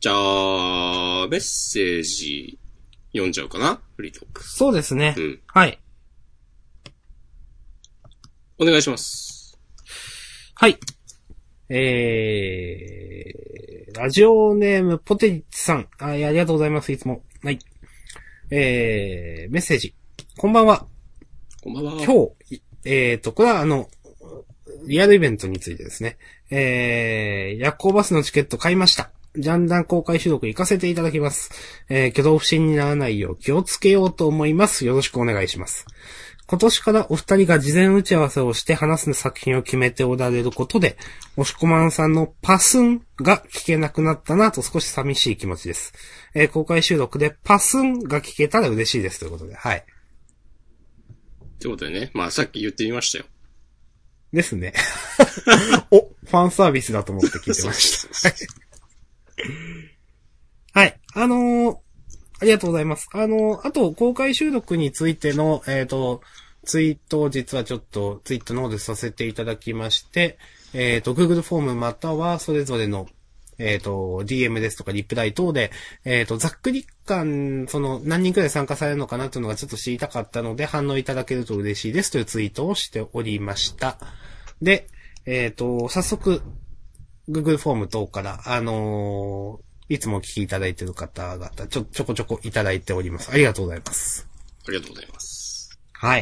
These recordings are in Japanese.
じゃあ、メッセージ読んじゃうかな？フリートーク。 そうですね。 うん。 はい。 お願いします。 はい。ラジオネームポテリッチさん。ありがとうございます、いつも。はい。メッセージ。こんばんは。 こんばんは。 今日、これはリアルイベントについてですね。夜行バスのチケット買いました。ジャンダン公開収録行かせていただきます。挙動不審にならないよう気をつけようと思います。よろしくお願いします。今年からお二人が事前打ち合わせをして話す作品を決めておられることで、押しこまんさんのパスンが聞けなくなったなと少し寂しい気持ちです。公開収録でパスンが聞けたら嬉しいですということで、はい。 ということでね、まあさっき言ってみましたよ。 ですね。お、ファンサービスだと思って聞いてました。はい。ありがとうございます。あと、公開収録についての、ツイートを実はちょっとツイートの方でさせていただきまして、Google フォームまたはそれぞれの、DM ですとかリプライ等で、ざっくり感、何人くらい参加されるのかなというのがちょっと知りたかったので、反応いただけると嬉しいですというツイートをしておりました。で、早速、Google フォーム等から、いつもお聞きいただいている方々、ちょこちょこいただいております。ありがとうございます。 ありがとうございます。 はい。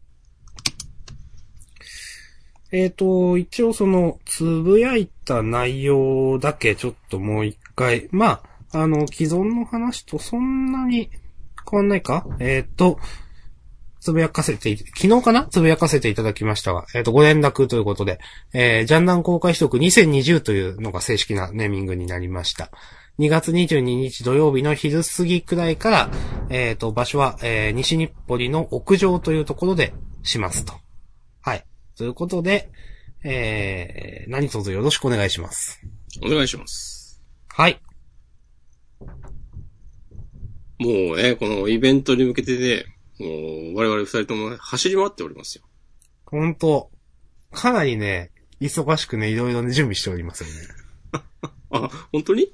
一応つぶやいた内容だけちょっともう一回、まあ、既存の話とそんなに変わんないか？つぶやかせて、昨日かなつぶやかせていただきましたが、ご連絡ということで、ジャンダン公開取得2020というのが正式なネーミングになりました。2月22日土曜日の昼過ぎくらいから、場所は、西日暮里の屋上というところでしますと。はい。ということで、何卒よろしくお願いします。 お願いします。 はい。 もうね、このイベントに向けてね、もう我々二人とも走り回っておりますよ。 本当かなりね、忙しくね、いろいろね、準備しておりますよね。 あ、本当に？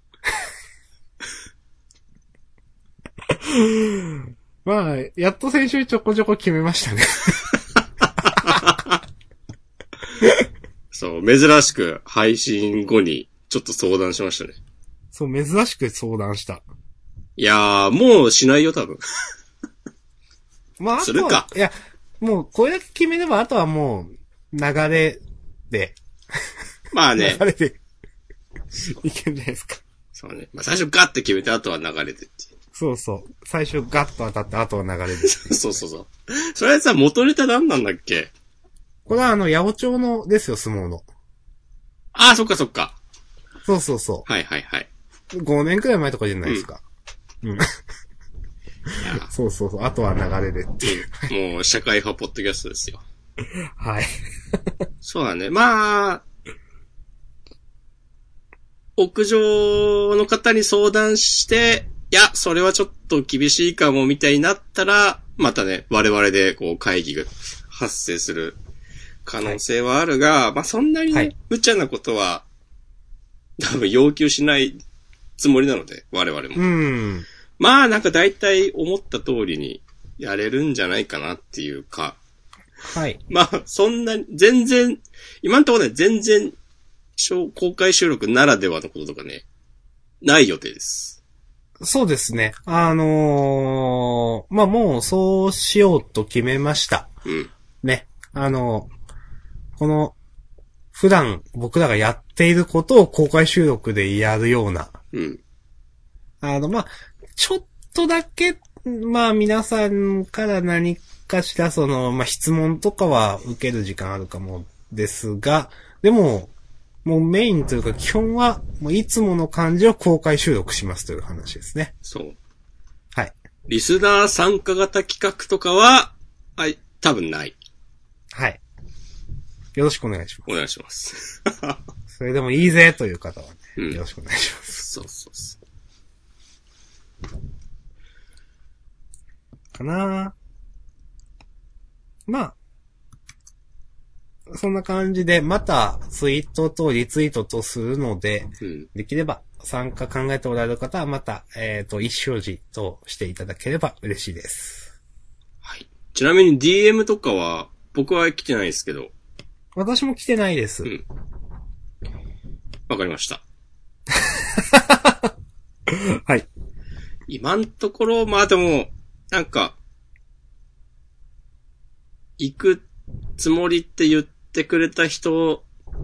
まあ、やっと先週ちょこちょこ決めましたね。 そう、珍しく配信後にちょっと相談しましたね。 そう、珍しく相談した。 いやー、もうしないよ、多分。 まあ、あとは、 するか。 いや、もう、これだけ決めれば、あとはもう、流れで。 まあね。 流れで、いけるんじゃないですか。 そうね。まあ最初ガッて決めて、あとは流れてっていう。 そうそう。最初ガッと当たって、あとは流れで。 そうそうそう。それさ、元ネタ何なんだっけ？ これは八百長のですよ、相撲の。 ああ、そっかそっか。 そうそうそはいはいはい。 う。5年くらい前とかじゃないですか。うん。そうそうそう。あとは流れでっていう。 もう、社会派ポッドキャストですよ。 はい。 そうだね。まあ、屋上の方に相談して、いや、それはちょっと厳しいかもみたいになったら、またね、我々でこう会議が発生する可能性はあるが、まあそんなにね、無茶なことは、多分要求しないつもりなので、我々も。まあなんか大体思った通りにやれるんじゃないかなっていうか。 はい。 まあそんな、全然、今んところね、全然、公開収録ならではのこととかね、ない予定です。 そうですね。まあもうそうしようと決めました。 うん。 ね。この、普段僕らがやっていることを公開収録でやるような。 うん。 まあ、ちょっとだけ、まあ皆さんから何かしらまあ質問とかは受ける時間あるかもですが、でも、もうメインというか基本は、もういつもの感じを公開収録しますという話ですね。 そう。 はい。 リスナー参加型企画とかは、はい、多分ない。 はい。よろしくお願いします。 お願いします。 それでもいいぜという方はね、 うん、 よろしくお願いします。 そうそうそう。 かなぁ。まそんな感じで、またツイートとリツイートとするので、 うん。 できれば参加考えておられる方はまた、一表示としていただければ嬉しいです。 はい。ちなみに DM とかは、僕は来てないですけど。 私も来てないです。 うん。わかりました。 はい。 今んところ、まあでも、なんか、行くつもりって言ってくれた人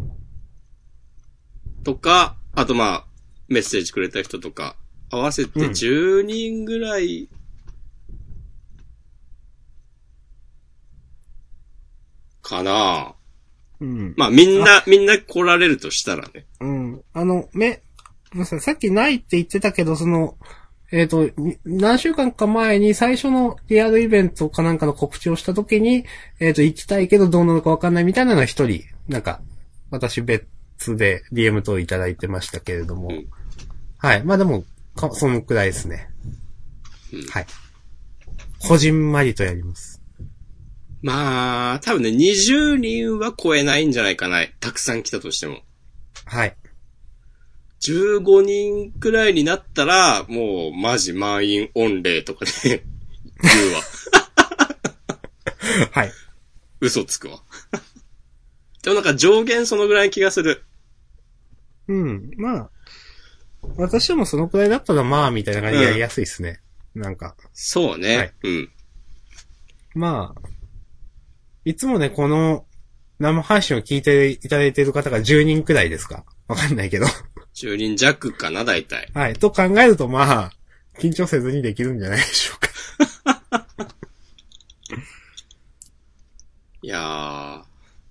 とか、あとまあ、メッセージくれた人とか、合わせて10人ぐらい、かな。 うん。 まあみんな来られるとしたらね。 うん。ごめんなさい、さっきないって言ってたけど、何週間か前に最初のリアルイベントかなんかの告知をした時に、行きたいけどどうなのかわかんないみたいなのは一人、なんか、私別で DM 等いただいてましたけれども。うん、はい。まあでも、そのくらいですね。うん、はい。こじんまりとやります。 まあ、多分ね、20人は超えないんじゃないかな。たくさん来たとしても。 はい。 15人くらいになったら、もう、マジ満員御礼とかで言うわ。 はい。 嘘つくわ。でもなんか上限そのぐらい気がする。 うん。まあ、私もそのくらいだったらまあ、みたいな感じでやりやすいですね。うん、なんか。 そうね。はい。うん。 まあ、いつもね、この生配信を聞いていただいている方が10人くらいですか？わかんないけど。 10人弱かな、大体。 はい。と考えるとまあ、緊張せずにできるんじゃないでしょうか。 いやー。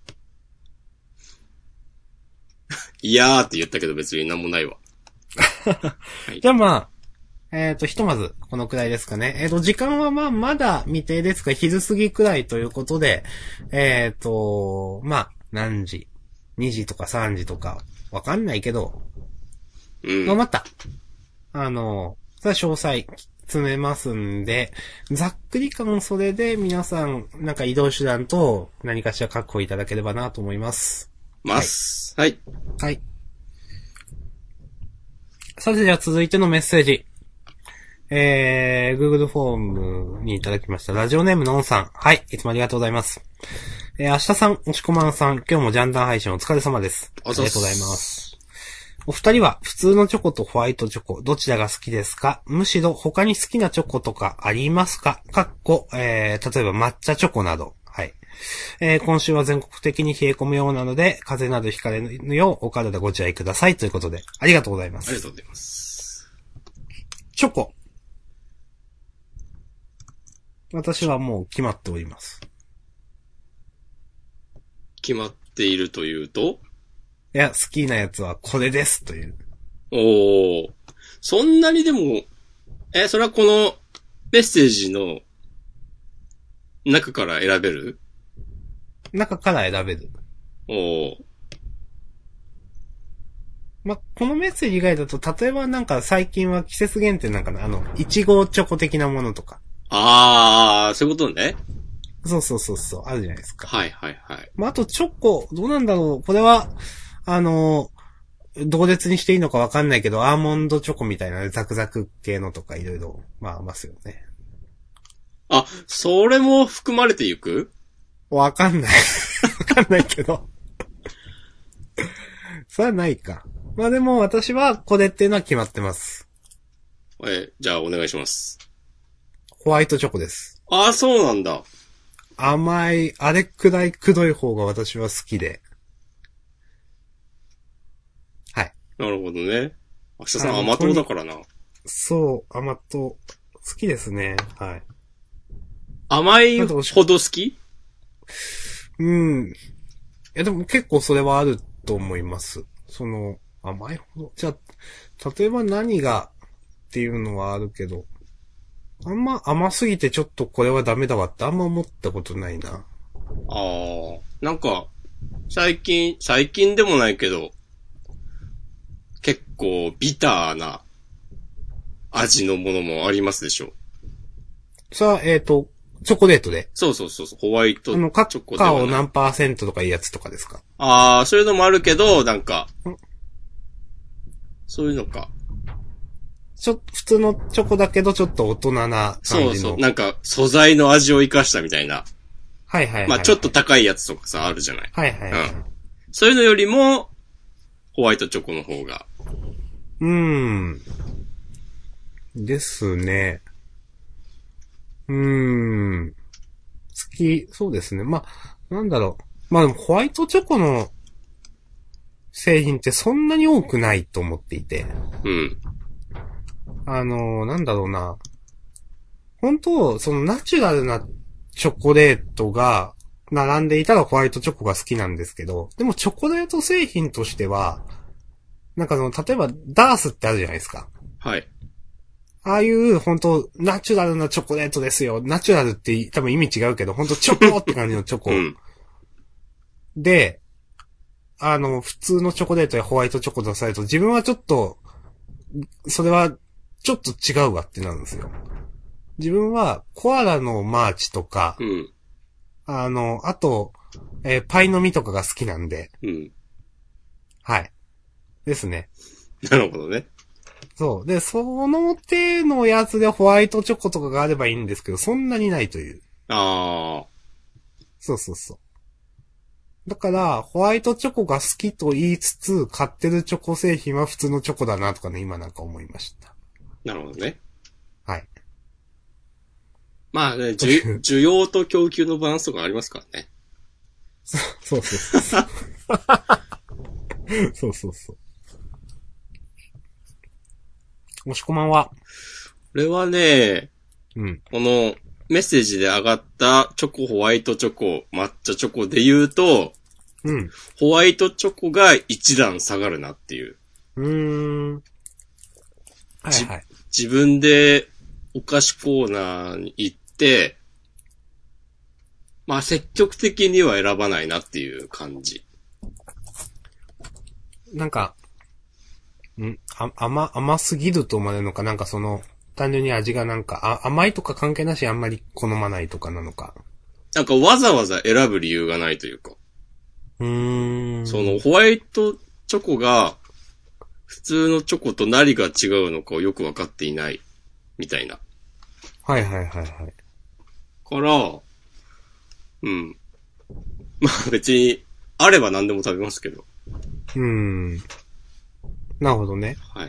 いやーって言ったけど別になんもないわ。 はい、じゃあまあ、ひとまず、このくらいですかね。時間はまあ、まだ未定ですが、昼過ぎくらいということで、まあ、何時 ?2 時とか3時とか、わかんないけど、 うん。 まあ、また、それは詳細、詰めますんで、ざっくり感それで皆さん、なんか移動手段と何かしら確保いただければなと思います。 はい。はい。 はい。さて、じゃあ続いてのメッセージ。Google フォームにいただきました。ラジオネームのんさん。はい。いつもありがとうございます。明日さん、おしこまんさん、今日もジャンダン配信お疲れ様です。ありがとうございます。お二人は普通のチョコとホワイトチョコ、どちらが好きですか？むしろ他に好きなチョコとかありますか？例えば抹茶チョコなど。はい。今週は全国的に冷え込むようなので、風邪などひかれぬようお体ご自愛くださいということで、ありがとうございます。 ありがとうございます。 チョコ。私はもう決まっております。 決まっているというと？ いや、好きなやつはこれですという。 おー。そんなにでも、それはこのメッセージの中から選べる？ 中から選べる。 おー。 ま、このメッセージ以外だと、例えばなんか最近は季節限定なんかな、いちごチョコ的なものとか。 そういうことね。 そう、あるじゃないですか。 はいはいはい。 まあ、あとチョコ、どうなんだろう。これは、同列にしていいのかわかんないけど、アーモンドチョコみたいなザクザク系のとかいろいろ、まあ、ますよね。 あ、それも含まれていく？ わかんない。わかんないけど。それはないか。まあでも私はこれっていうのは決まってます。 じゃあお願いします。 ホワイトチョコです。 そうなんだ。 甘い、あれくらいくどい方が私は好きで。はい。 なるほどね。明日さん甘党だからな。 そう、甘党。好きですね。はい。 甘いほど好き？ うん。いやでも結構それはあると思います。甘いほど。じゃあ、例えば何がっていうのはあるけど、あんま甘すぎてちょっとこれはダメだわってあんま思ったことないな。 なんか、最近でもないけど、結構ビターな味のものもありますでしょ。 さあ、 チョコレートで。 そうそうそう、ホワイトチカョコではない。 カオ何%とかいうやつとかですか？ ああ、そういうのもあるけど、なんか、そういうのか。 普通のチョコだけどちょっと大人な感じの。 そうそう、なんか、素材の味を生かしたみたいな。 はいはいはい。 まあちょっと高いやつとかさ、あるじゃない。 はいはいはい。 そういうのよりも、ホワイトチョコの方が。 ですね。好き、そうですね。まあ、なんだろう。まあでもホワイトチョコの製品ってそんなに多くないと思っていて。 うん。 なんだろうな。本当、そのナチュラルなチョコレートが並んでいたらホワイトチョコが好きなんですけど、でもチョコレート製品としては、なんか例えばダースってあるじゃないですか。 はい。 ああいう、本当ナチュラルなチョコレートですよ。ナチュラルって多分意味違うけど、本当チョコって感じのチョコ。 うん。 で、普通のチョコレートやホワイトチョコ出されると、自分はちょっと、それは、ちょっと違うわってなるんですよ。自分は、コアラのマーチとか、 うん。 あと、パイの実とかが好きなんで、 うん。 はい。ですね。 なるほどね。 そう。で、その手のやつでホワイトチョコとかがあればいいんですけど、そんなにないという。 ああ。 そうそうそう。だから、ホワイトチョコが好きと言いつつ、買ってるチョコ製品は普通のチョコだなとかね、今なんか思いました。 なるほどね。 はい。 まあね、需要と供給のバランスとかありますからね。 そうそうそう。そうそうそう。もしこまんは。 これはね、このメッセージで上がったチョコ、ホワイトチョコ、抹茶チョコで言うと、ホワイトチョコが一段下がるなっていう。 はいはい。 自分でお菓子コーナーに行って、まあ積極的には選ばないなっていう感じ。 なんか、甘すぎると思われるのか、なんか単純に味がなんか、甘いとか関係なしあんまり好まないとかなのか。 なんかわざわざ選ぶ理由がないというか。そのホワイトチョコが普通のチョコと何が違うのかをよくわかっていないみたいな。 はいはいはいはい。 から、まあ別にあれば何でも食べますけど。 なるほどね。 はい。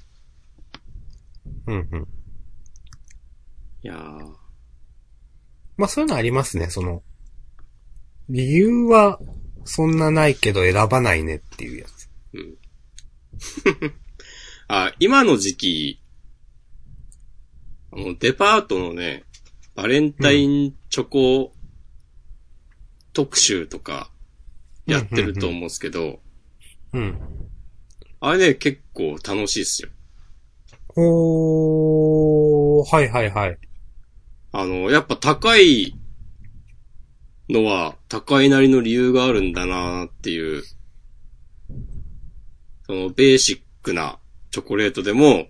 いやー。 まあそういうのありますね、理由はそんなないけど選ばないねっていうやつ。 今の時期、デパートのね、バレンタインチョコ特集とかやってると思うんですけど、あれね、結構楽しいっすよ。 はいはいはい。 やっぱ高いのは高いなりの理由があるんだなっていう、ベーシックなチョコレートでも、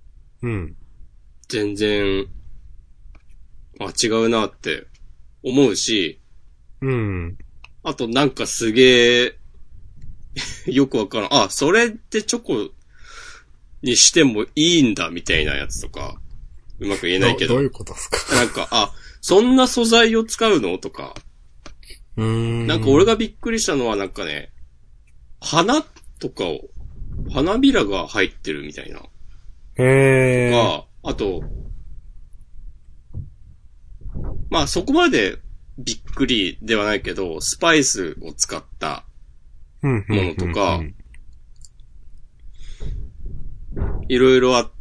全然、違うなって思うし、あとなんかすげえ、よくわからん。それってチョコにしてもいいんだみたいなやつとか、うまく言えないけど。 どういうことですか？ なんか、そんな素材を使うのとか。なんか俺がびっくりしたのはなんかね、花びらが入ってるみたいな。あと、まあそこまでびっくりではないけど、スパイスを使ったものとか、いろいろあって、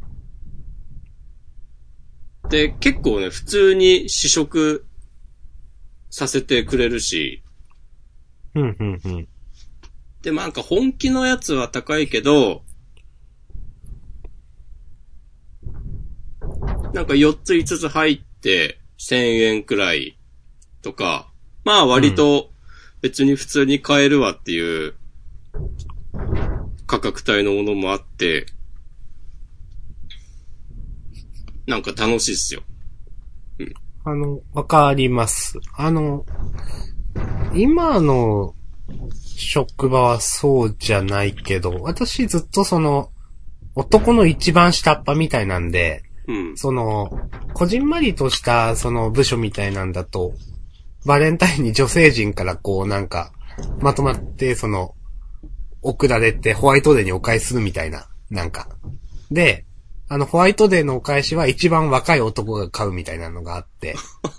で、結構ね、普通に試食させてくれるし、で、なんか本気のやつは高いけど、なんか4つ5つ入って1000円くらいとか、まあ割と別に普通に買えるわっていう価格帯のものもあって、なんか楽しいっすよ。 わかります。今の職場はそうじゃないけど、私ずっと男の一番下っ端みたいなんで、 うん。 こじんまりとした部署みたいなんだと、バレンタインに女性陣からまとまって送られてホワイトデーにお返しするみたいな、で、ホワイトデーのお返しは一番若い男が買うみたいなのがあって、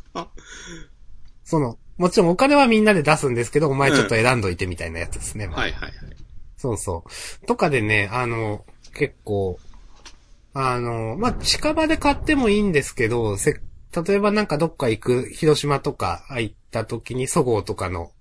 もちろんお金はみんなで出すんですけど、お前ちょっと選んどいてみたいなやつですね。 はいはいはい。 そうそう。とかでね、結構、近場で買ってもいいんですけど、例えばどっか行く、広島とか行った時に、そごうとかの、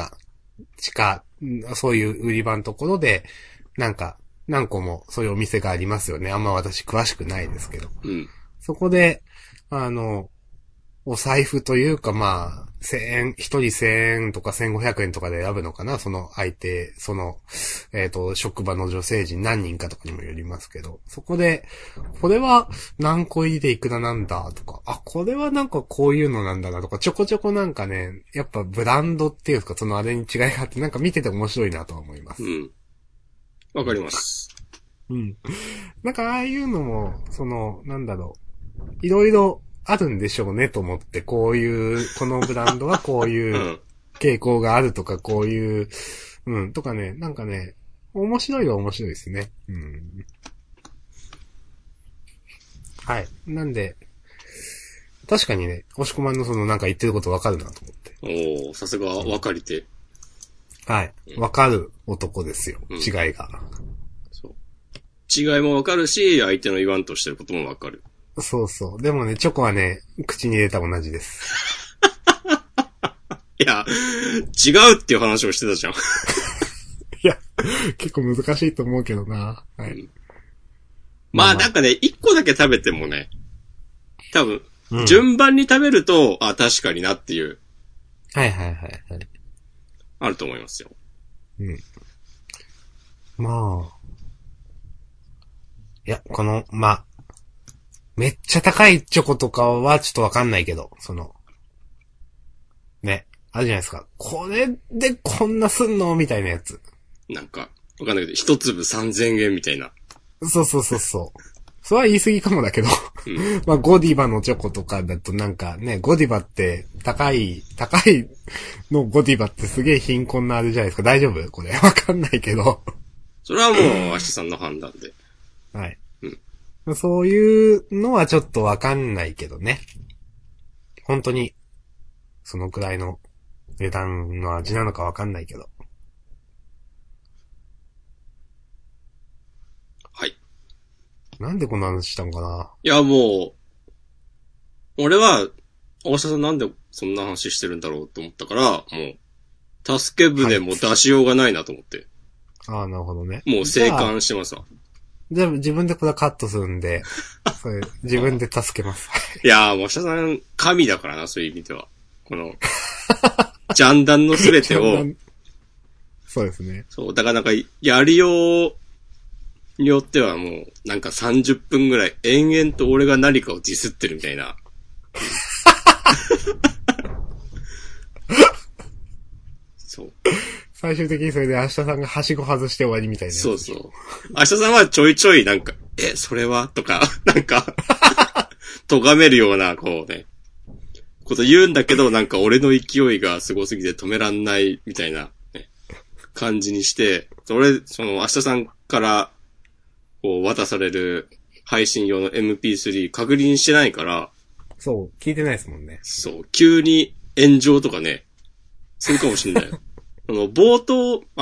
そういう売り場のところで、何個もそういうお店がありますよね。あんま私詳しくないですけど。 うん。 そこで、お財布というか1000円、一人1000円とか1500円とかで選ぶのかな、その相手、職場の女性陣何人かとかにもよりますけど、そこで、これは何個入りでいくらなんだとか、これはこういうのなんだなとか、ちょこちょこやっぱブランドっていうか、あれに違いがあって見てて面白いなとは思います。 うん。わかります。 うん。ああいうのも、いろいろ、あるんでしょうねと思って、このブランドはこういう傾向があるとか、こういう、とかね、面白いは面白いですね。うん。はい。なんで、確かにね、押し込まんの言ってることわかるなと思って。 おー、さすが分かり手。 はい。わかる男ですよ、違いが。 そう。違いもわかるし、相手の言わんとしてることもわかる。 そうそう。でもね、チョコはね、口に入れた同じです。 いや、違うっていう話をしてたじゃん。いや、結構難しいと思うけどな。はい。うん、 まあ一個だけ食べてもね、多分、順番に食べると、確かになっていう。 はいはいはいはい。 あると思いますよ。 うん。まあ。いや、めっちゃ高いチョコとかはちょっとわかんないけど、ね、あるじゃないですか。これでこんなすんのみたいなやつ。 わかんないけど、一粒3000円みたいな。 そうそうそうそう。それは言い過ぎかもだけど。まあ、ゴディバのチョコとかだとゴディバって高いのゴディバってすげえ貧困なあれじゃないですか。大丈夫これ。わかんないけど。 それはもう、明日さんの判断で。 はい。そういうのはちょっとわかんないけどね。本当に、そのくらいの値段の味なのかわかんないけど。 はい。 なんでこんな話したのかな。 いや、もう、俺は、大下さんなんでそんな話してるんだろうと思ったから、もう、助け舟も出しようがないなと思って。 ああ、なるほどね。 もう生還してますわ。 じゃあ自分でこれはカットするんで、それ自分で助けます。 いやー、もう下さん、神だからな、そういう意味では。この、ジャンダンのすべてを、 そうですね。 そう、だからやりようによってはもう、30分ぐらい、延々と俺が何かをディスってるみたいな。そう。 最終的にそれで明日さんがはしご外して終わりみたいな。 そうそう。明日さんはちょいちょいそれはとか、咎めるような、こうね、こと言うんだけど、俺の勢いがすごすぎて止めらんないみたいな、ね、感じにして、明日さんから、こう渡される配信用の MP3 確認してないから、 そう、聞いてないですもんね。 そう、急に炎上とかね、するかもしんない。冒頭、ウ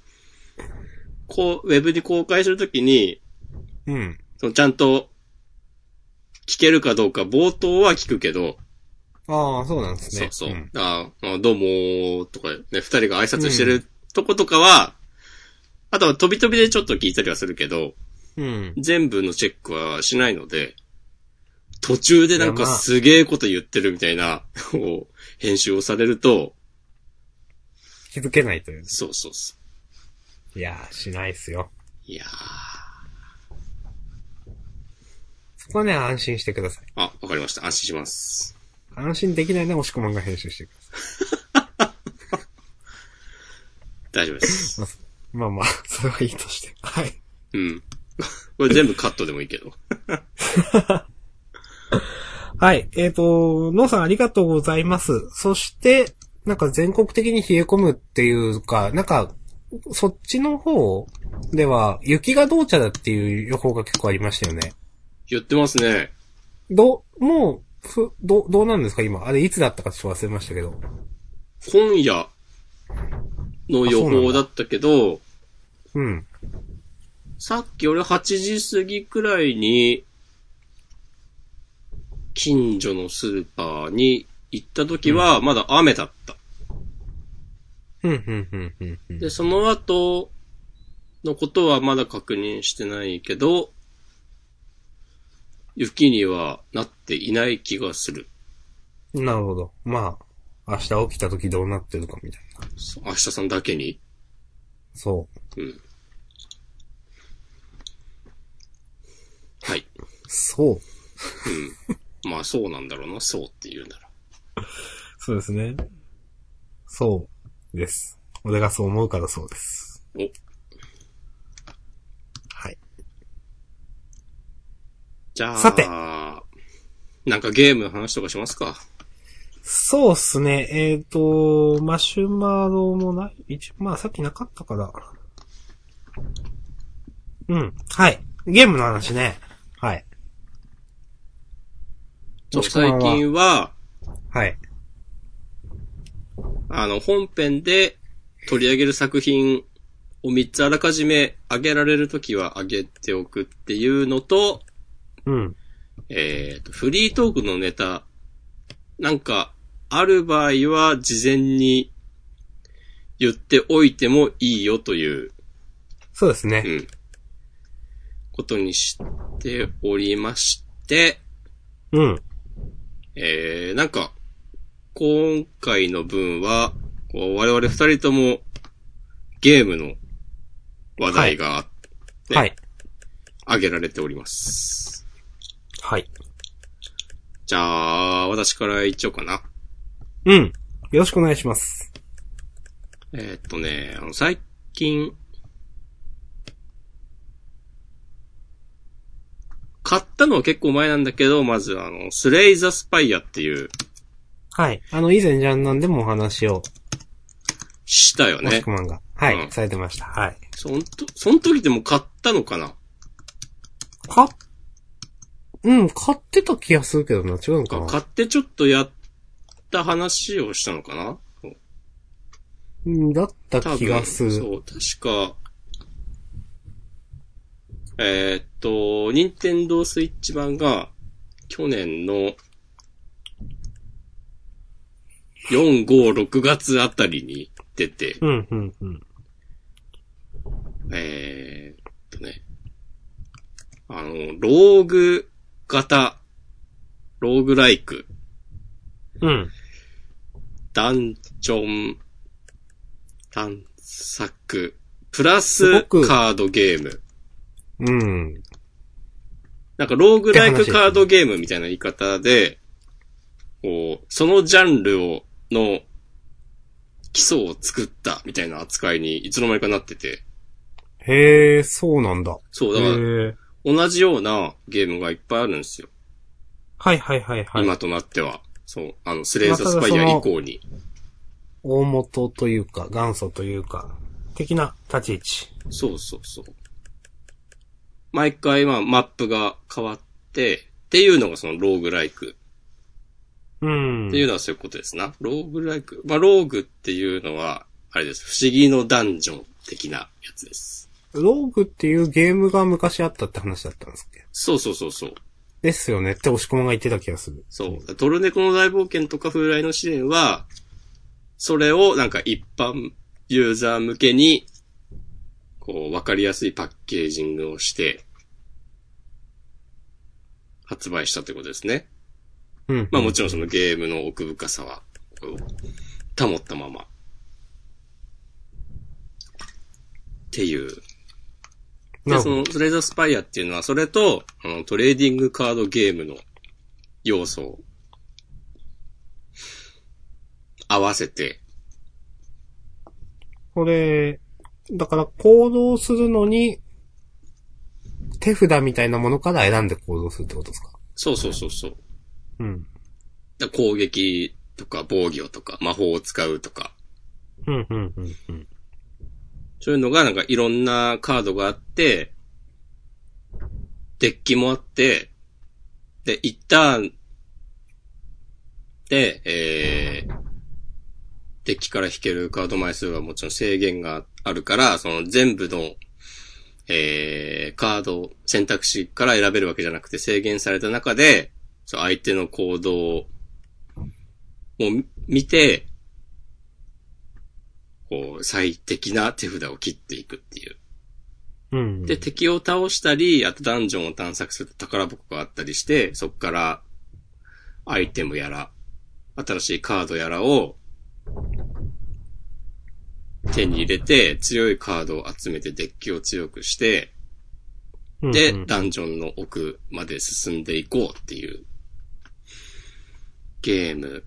ェブに公開するときに、ちゃんと、聞けるかどうか、冒頭は聞くけど、 ああ、そうなんですね。 そうそう。どうもーとかね、二人が挨拶してるとことかは、あとは飛び飛びでちょっと聞いたりはするけど、全部のチェックはしないので、途中ですげえこと言ってるみたいな、編集をされると、 気づけないという。 そうそうそう。 いやー、しないっすよ。 いやー。 そこはね、安心してください。 わかりました。安心します。 安心できないな、押し込まんが編集してください。 大丈夫です。 まあまあ、それはいいとして。はい。 うん。これ全部カットでもいいけど。 はい。ノーさんありがとうございます。そして、なんか全国的に冷え込むっていうか、なんか、そっちの方では、雪が同茶だっていう予報が結構ありましたよね。 言ってますね。 もう、どうなんですか今。あれいつだったかちょっと忘れましたけど。 今夜の予報だったけど、 うん。 さっき俺8時過ぎくらいに、近所のスーパーに行った時は、まだ雨だった。で、その後のことはまだ確認してないけど、雪にはなっていない気がする。 なるほど。まあ、明日起きた時どうなってるかみたいな。 明日さんだけに？ そう。 うん。はい。 そう。 うん。まあそうなんだろうな、そうって言うなら。 そうですね。そうです。俺がそう思うからそうです。 お。 はい。 じゃあ、 さて。 なんかゲームの話とかしますか？ そうっすね。マシュマロもない、まあさっきなかったから。うん。はい。ゲームの話ね。はい。 最近は、 はい。 本編で取り上げる作品を3つあらかじめ上げられるときは上げておくっていうのと、 うん。 フリートークのネタ、なんか、ある場合は事前に言っておいてもいいよという。 そうですね。 うん。ことにしておりまして、 うん。 なんか、今回の分は、我々二人ともゲームの話題があって、 はい。 挙げられております。 はい。 じゃあ、私から言っちゃおうかな。 うん。よろしくお願いします。 最近、買ったのは結構前なんだけど、まずスレイザスパイアっていう。 はい。以前ジャンナンでもお話を。 したよね。 もしくまんが。はい、 うん。 されてました。はい。 その時でも買ったのかな？ 買ってた気がするけどな、違うのかな？ 買ってちょっとやった話をしたのかな？ だった気がする。 そう、確か、任天堂スイッチ版が、去年の、4、5、6月あたりに出て、ローグ型、ローグライク、 うん。 ダンジョン、探索、プラスカードゲーム。 うん。 なんかローグライクカードゲームみたいな言い方で、そのジャンルの基礎を作ったみたいな扱いにいつの間にかなってて。 へー、そうなんだ。 そう、だから、同じようなゲームがいっぱいあるんですよ。 はいはいはいはい。 今となっては。そう、スレイザースパイア以降に。 大元というか、元祖というか、的な立ち位置。 そうそうそう。毎回マップが変わって、っていうのがそのローグライク。っていうのはそういうことですな。ローグライク。ローグっていうのは、あれです。不思議のダンジョン的なやつです。 ローグっていうゲームが昔あったって話だったんですっけ？ そうそうそうそう。 ですよねって押し込まが言ってた気がする。 そう。トルネコの大冒険とか風来の試練は、それをなんか一般ユーザー向けに、わかりやすいパッケージングをして、発売したということですね。もちろんそのゲームの奥深さは、保ったまま。っていう。で、その、スレイザースパイアっていうのは、それと、トレーディングカードゲームの要素を合わせて。 これ、だから行動するのに、手札みたいなものから選んで行動するってことですか？ そうそうそうそう。 うん。 攻撃とか防御とか魔法を使うとか。 うん、うん、うん、うん。 そういうのがなんかいろんなカードがあって、デッキもあって、で、一ターンで、デッキから引けるカード枚数はもちろん制限があるから、その全部の、カード選択肢から選べるわけじゃなくて制限された中で、相手の行動を見て、こう、最適な手札を切っていくっていう。 うん。 で、敵を倒したり、あとダンジョンを探索すると宝箱があったりして、そこからアイテムやら、新しいカードやらを手に入れて、強いカードを集めてデッキを強くして、で、ダンジョンの奥まで進んでいこうっていうゲーム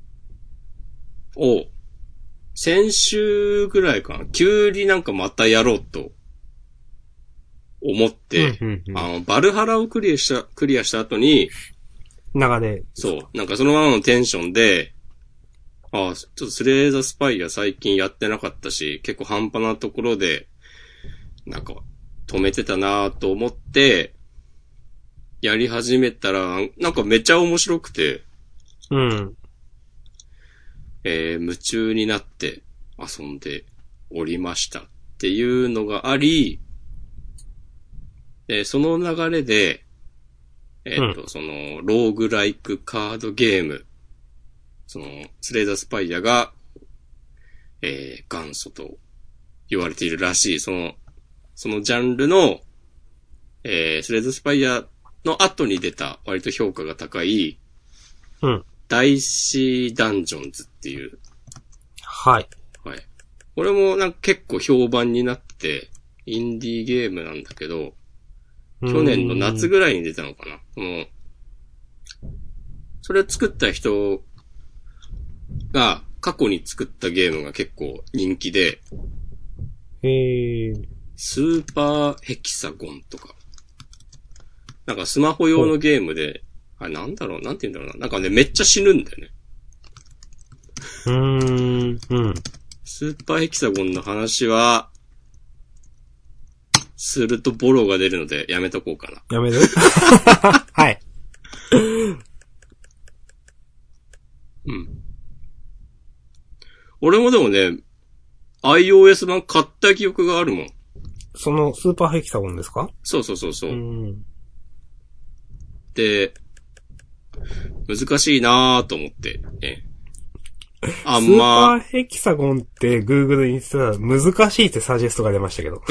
を、先週ぐらいかな、急になんかまたやろうと思って、バルハラをクリアした後に、 流れ。 そう、なんかそのままのテンションで、ちょっとスレイザースパイア最近やってなかったし、結構半端なところで、なんか止めてたなと思って、やり始めたら、なんかめっちゃ面白くて、 うん。 夢中になって遊んでおりましたっていうのがあり、その流れで、その、ローグライクカードゲーム、その、スレイザースパイアが、元祖と言われているらしい、そのジャンルの、スレイザースパイアの後に出た割と評価が高い、 うん。 ダイシーダンジョンズっていう。 はい。 はい。これもなんか結構評判になって、インディーゲームなんだけど、去年の夏ぐらいに出たのかな。それを作った人が過去に作ったゲームが結構人気で、スーパーヘキサゴンとか、なんかスマホ用のゲームで、なんだろう、なんて言うんだろうな。なんかね、めっちゃ死ぬんだよね。 うん。 スーパーヘキサゴンの話は、するとボロが出るのでやめとこうかな。 やめるはい。 うん。俺もでもね、iOS 版買った記憶があるもん。 そのスーパーヘキサゴンですか？ そう。で、難しいなぁと思って、ね。あんま。 スーパーヘキサゴンって Google にしたら難しいってサジェストが出ましたけど。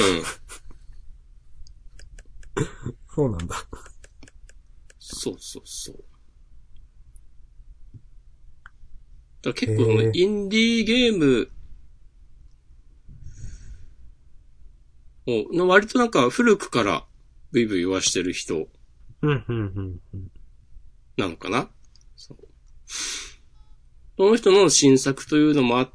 そうなんだ。 そう。だから結構インディーゲームの割となんか古くからブイブイ言わしてる人なのかな。その人の新作というのもあって、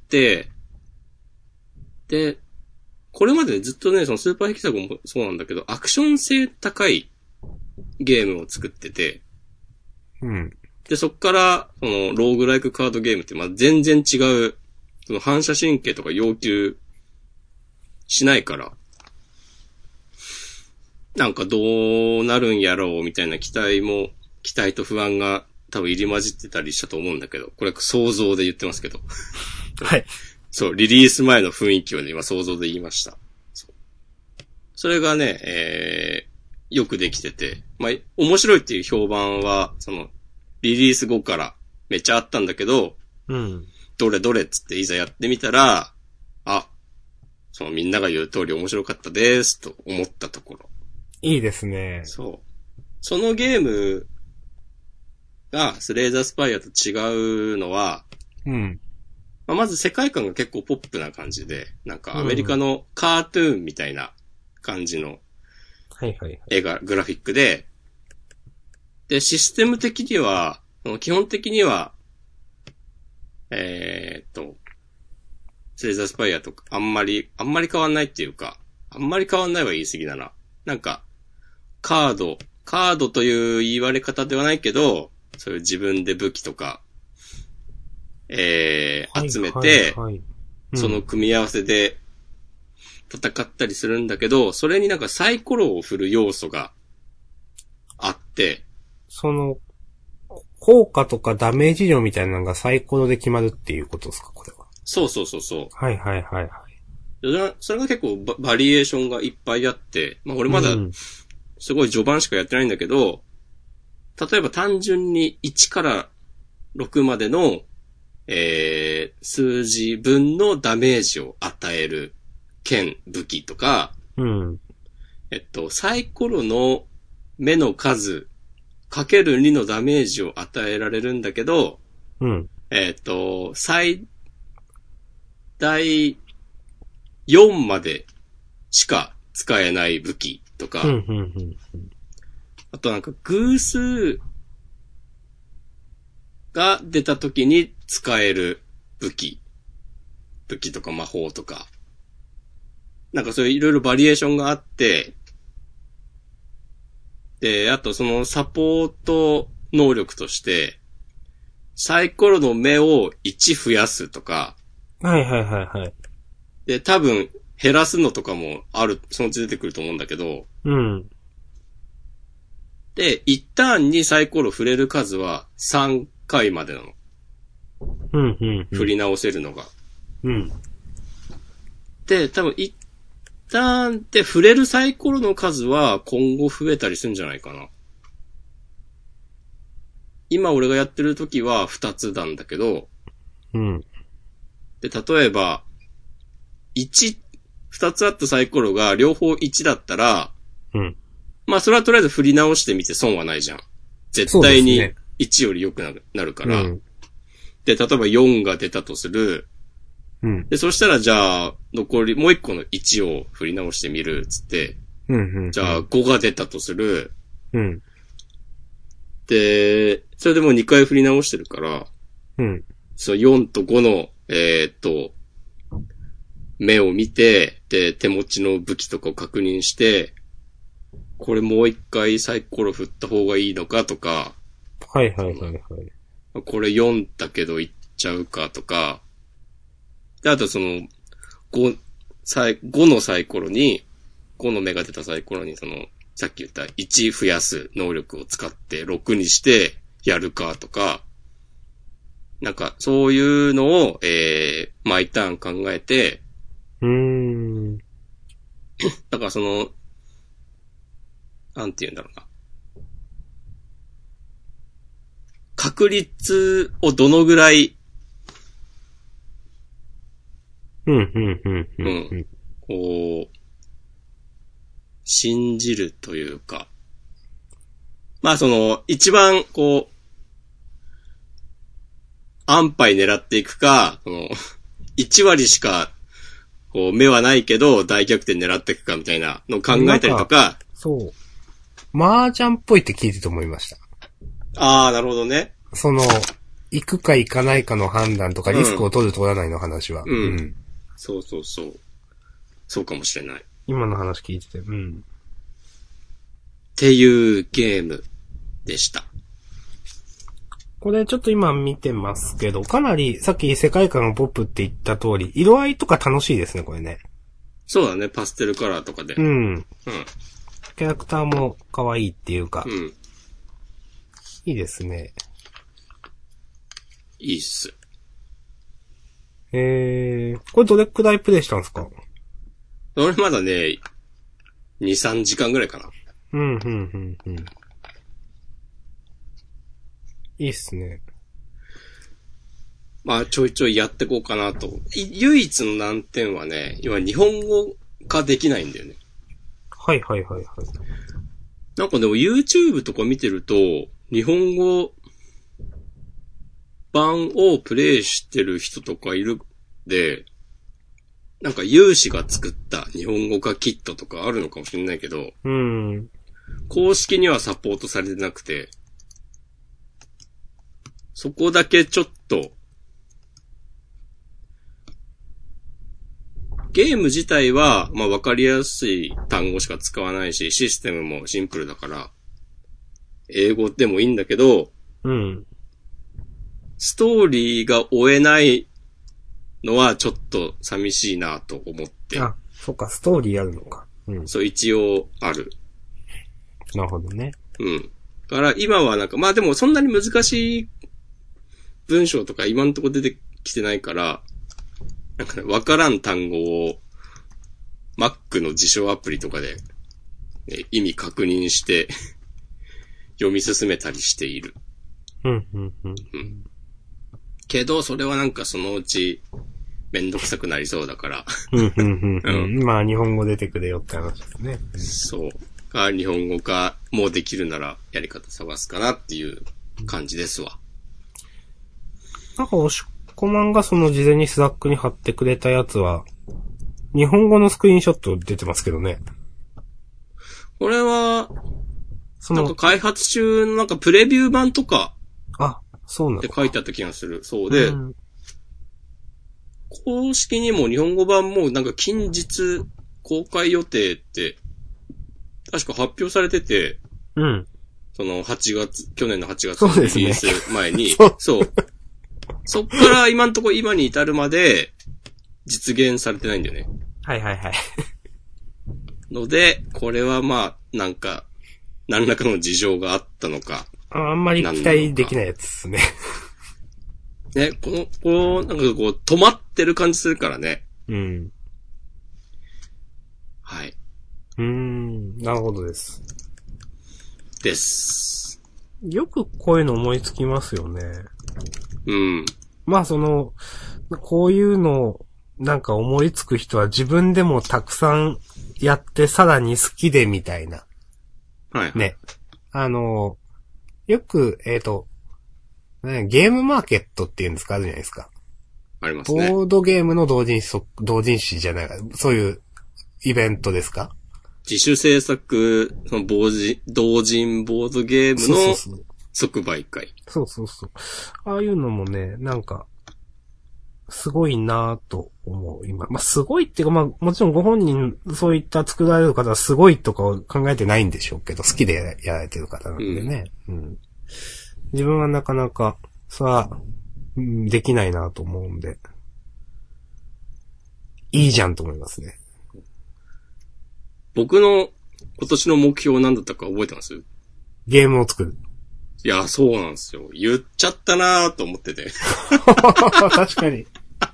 で、これまでずっとね、そのスーパーヘキサゴンもそうなんだけど、アクション性高いゲームを作ってて、で、そっから、その、ローグライクカードゲームって、全然違う、その反射神経とか要求しないから、なんかどうなるんやろうみたいな期待と不安が多分入り混じってたりしたと思うんだけど、これ想像で言ってますけど。 はい。 そう、リリース前の雰囲気をね、今想像で言いました。それがね、よくできてて、面白いっていう評判は、その、リリース後からめっちゃあったんだけど、どれっつっていざやってみたら、そのみんなが言う通り面白かったですと思ったところ。 いいですね。 そう。そのゲームがスレイザースパイアと違うのは、まず世界観が結構ポップな感じで、なんかアメリカのカートゥーンみたいな感じの絵がグラフィックで、で、システム的には、基本的には、 スレイザースパイアとか、あんまり変わんないっていうか、あんまり変わんないは言い過ぎだな。なんか、カードという言われ方ではないけど、そういう自分で武器とか、集めて、その組み合わせで戦ったりするんだけど、それになんかサイコロを振る要素があって、 その、効果とかダメージ量みたいなのがサイコロで決まるっていうことですか、これは。 そう。 はいはいはいはい。 それが結構バリエーションがいっぱいあって、まあ俺まだすごい序盤しかやってないんだけど、例えば単純に1から6までの、数字分のダメージを与える剣、武器とか、サイコロの目の数かける2のダメージを与えられるんだけど、最大4までしか使えない武器とか、あとなんか偶数が出た時に使える武器とか魔法とか、なんかそういういろいろバリエーションがあって、で、あとそのサポート能力として、サイコロの目を1増やすとか、で、多分減らすのとかもそのうち出てくると思うんだけど、で、一ターンにサイコロ振れる数は3回までなの。振り直せるのが。で、多分一ターンって振れるサイコロの数は今後増えたりするんじゃないかな。今俺がやってる時は2つなんだけど、で、例えば、2つあったサイコロが両方1だったら、まあそれはとりあえず振り直してみて損はないじゃん。絶対に1より良くなるから。で、例えば4が出たとする。で、そしたらじゃあ、残りもう1個の1を振り直してみる、つって。じゃあ5が出たとする。で、それでもう2回振り直してるから、そう4と5の、目を見て、で、手持ちの武器とかを確認して、これもう一回サイコロ振った方がいいのかとか、これ4だけどいっちゃうかとか、で、あとその、5のサイコロに、5の目が出たサイコロにさっき言った1増やす能力を使って6にしてやるかとか、なんかそういうのを、毎ターン考えて、だからなんて言うんだろうな。確率をどのぐらい、こう、信じるというか。まあ一番安牌狙っていくか、1割しか、目はないけど、大逆転狙っていくかみたいなのを考えたりとか。 そう。麻雀っぽいって聞いてて思いました。 ああ、なるほどね。 行くか行かないかの判断とか、リスクを取る取らないの話は。 そう。そうかもしれない。 今の話聞いてて、 っていうゲームでした。 これちょっと今見てますけど、かなりさっき世界観がポップって言った通り、色合いとか楽しいですね、これね。 そうだね、パステルカラーとかで。キャラクターも可愛いっていうか。いいですね。 いいっす。 これどれくらいプレイしたんですか？ 俺まだね、2、3時間ぐらいかな。 いいっすね。 まあ、ちょいちょいやってこうかなと。唯一の難点はね、今日本語化できないんだよね。なんかでも YouTube とか見てると、日本語版をプレイしてる人とかいるで、なんか有志が作った日本語化キットとかあるのかもしれないけど、公式にはサポートされてなくて、そこだけちょっとゲーム自体は、まあわかりやすい単語しか使わないし、システムもシンプルだから、英語でもいいんだけど、 うん。 ストーリーが追えないのはちょっと寂しいなと思って。 あ、そっか、ストーリーあるのか。うん。 そう、一応ある。 なるほどね。 うん。だから今はなんか、まあでもそんなに難しい文章とか今んとこ出てきてないから、なんかわからん単語を Mac の辞書アプリとかで、ね、意味確認して読み進めたりしている。 うん。 けど、それはなんかそのうちめんどくさくなりそうだから。 まあ日本語出てくれよって話ですね。 そう。日本語化もうできるならやり方探すかなっていう感じですわ。 なんか押し込まんがその事前にスラックに貼ってくれたやつは、日本語のスクリーンショット出てますけどね。 これは、なんか開発中のなんかプレビュー版とか、 そうなのって書いてあった気がする。そうで、公式にも日本語版もなんか近日公開予定って、確か発表されてて、 うん。 その去年の8月のリリリース前に、そう。そっから今んとこ今に至るまで実現されてないんだよね。 はい。 ので、これはまあ、なんか、何らかの事情があったのか。 あんまり期待できないやつですね。 ね、なんか止まってる感じするからね。 うん。 はい。 なるほどです。 です。 よくこういうの思いつきますよね。 うん。 まあこういうのなんか思いつく人は自分でもたくさんやってさらに好きでみたいな。 はい。 ね。よく、ゲームマーケットっていうんですかあるじゃないですか。 ありますね。 ボードゲームの同人誌じゃないか。そういうイベントですか？ 自主制作、その同人ボードゲームの即売会。 そう。ああいうのもね、なんか、すごいなぁと思う、今。まあ、すごいっていうか、まあ、もちろんご本人、そういった作られる方はすごいとかを考えてないんでしょうけど、好きでやられてる方なんでね。自分はなかなか、できないなと思うんで。いいじゃんと思いますね。 僕の今年の目標なんだったか覚えてます？ ゲームを作る。 いや、そうなんですよ。言っちゃったなーと思ってて。 確かに。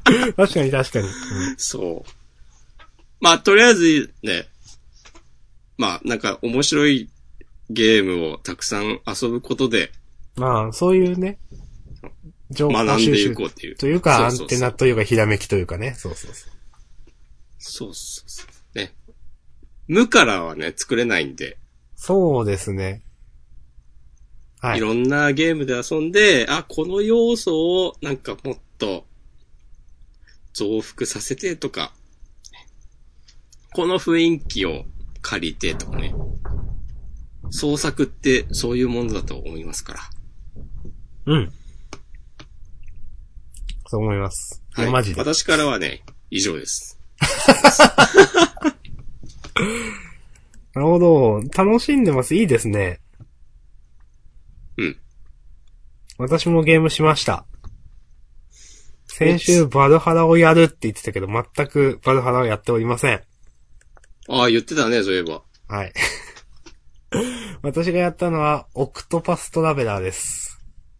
そう。まあ、とりあえずね、まあ、なんか面白いゲームをたくさん遊ぶことで、 まあ、そういうね、 情報学んでいこうっていう。 というか、アンテナというか、ひらめきというかね。そう。 そう。ね。無からはね、作れないんで。 そうですね。 はい。いろんなゲームで遊んで、この要素をなんかもっと増幅させてとか、この雰囲気を借りてとかね。創作ってそういうものだと思いますから。 うん。そう思います。 はい。 マジで。 私からはね、以上です。 なるほど。楽しんでます。いいですね。 うん。 私もゲームしました。先週バルハラをやるって言ってたけど、全くバルハラをやっておりません。 言ってたね、そういえば。 はい。私がやったのは、オクトパストラベラーです。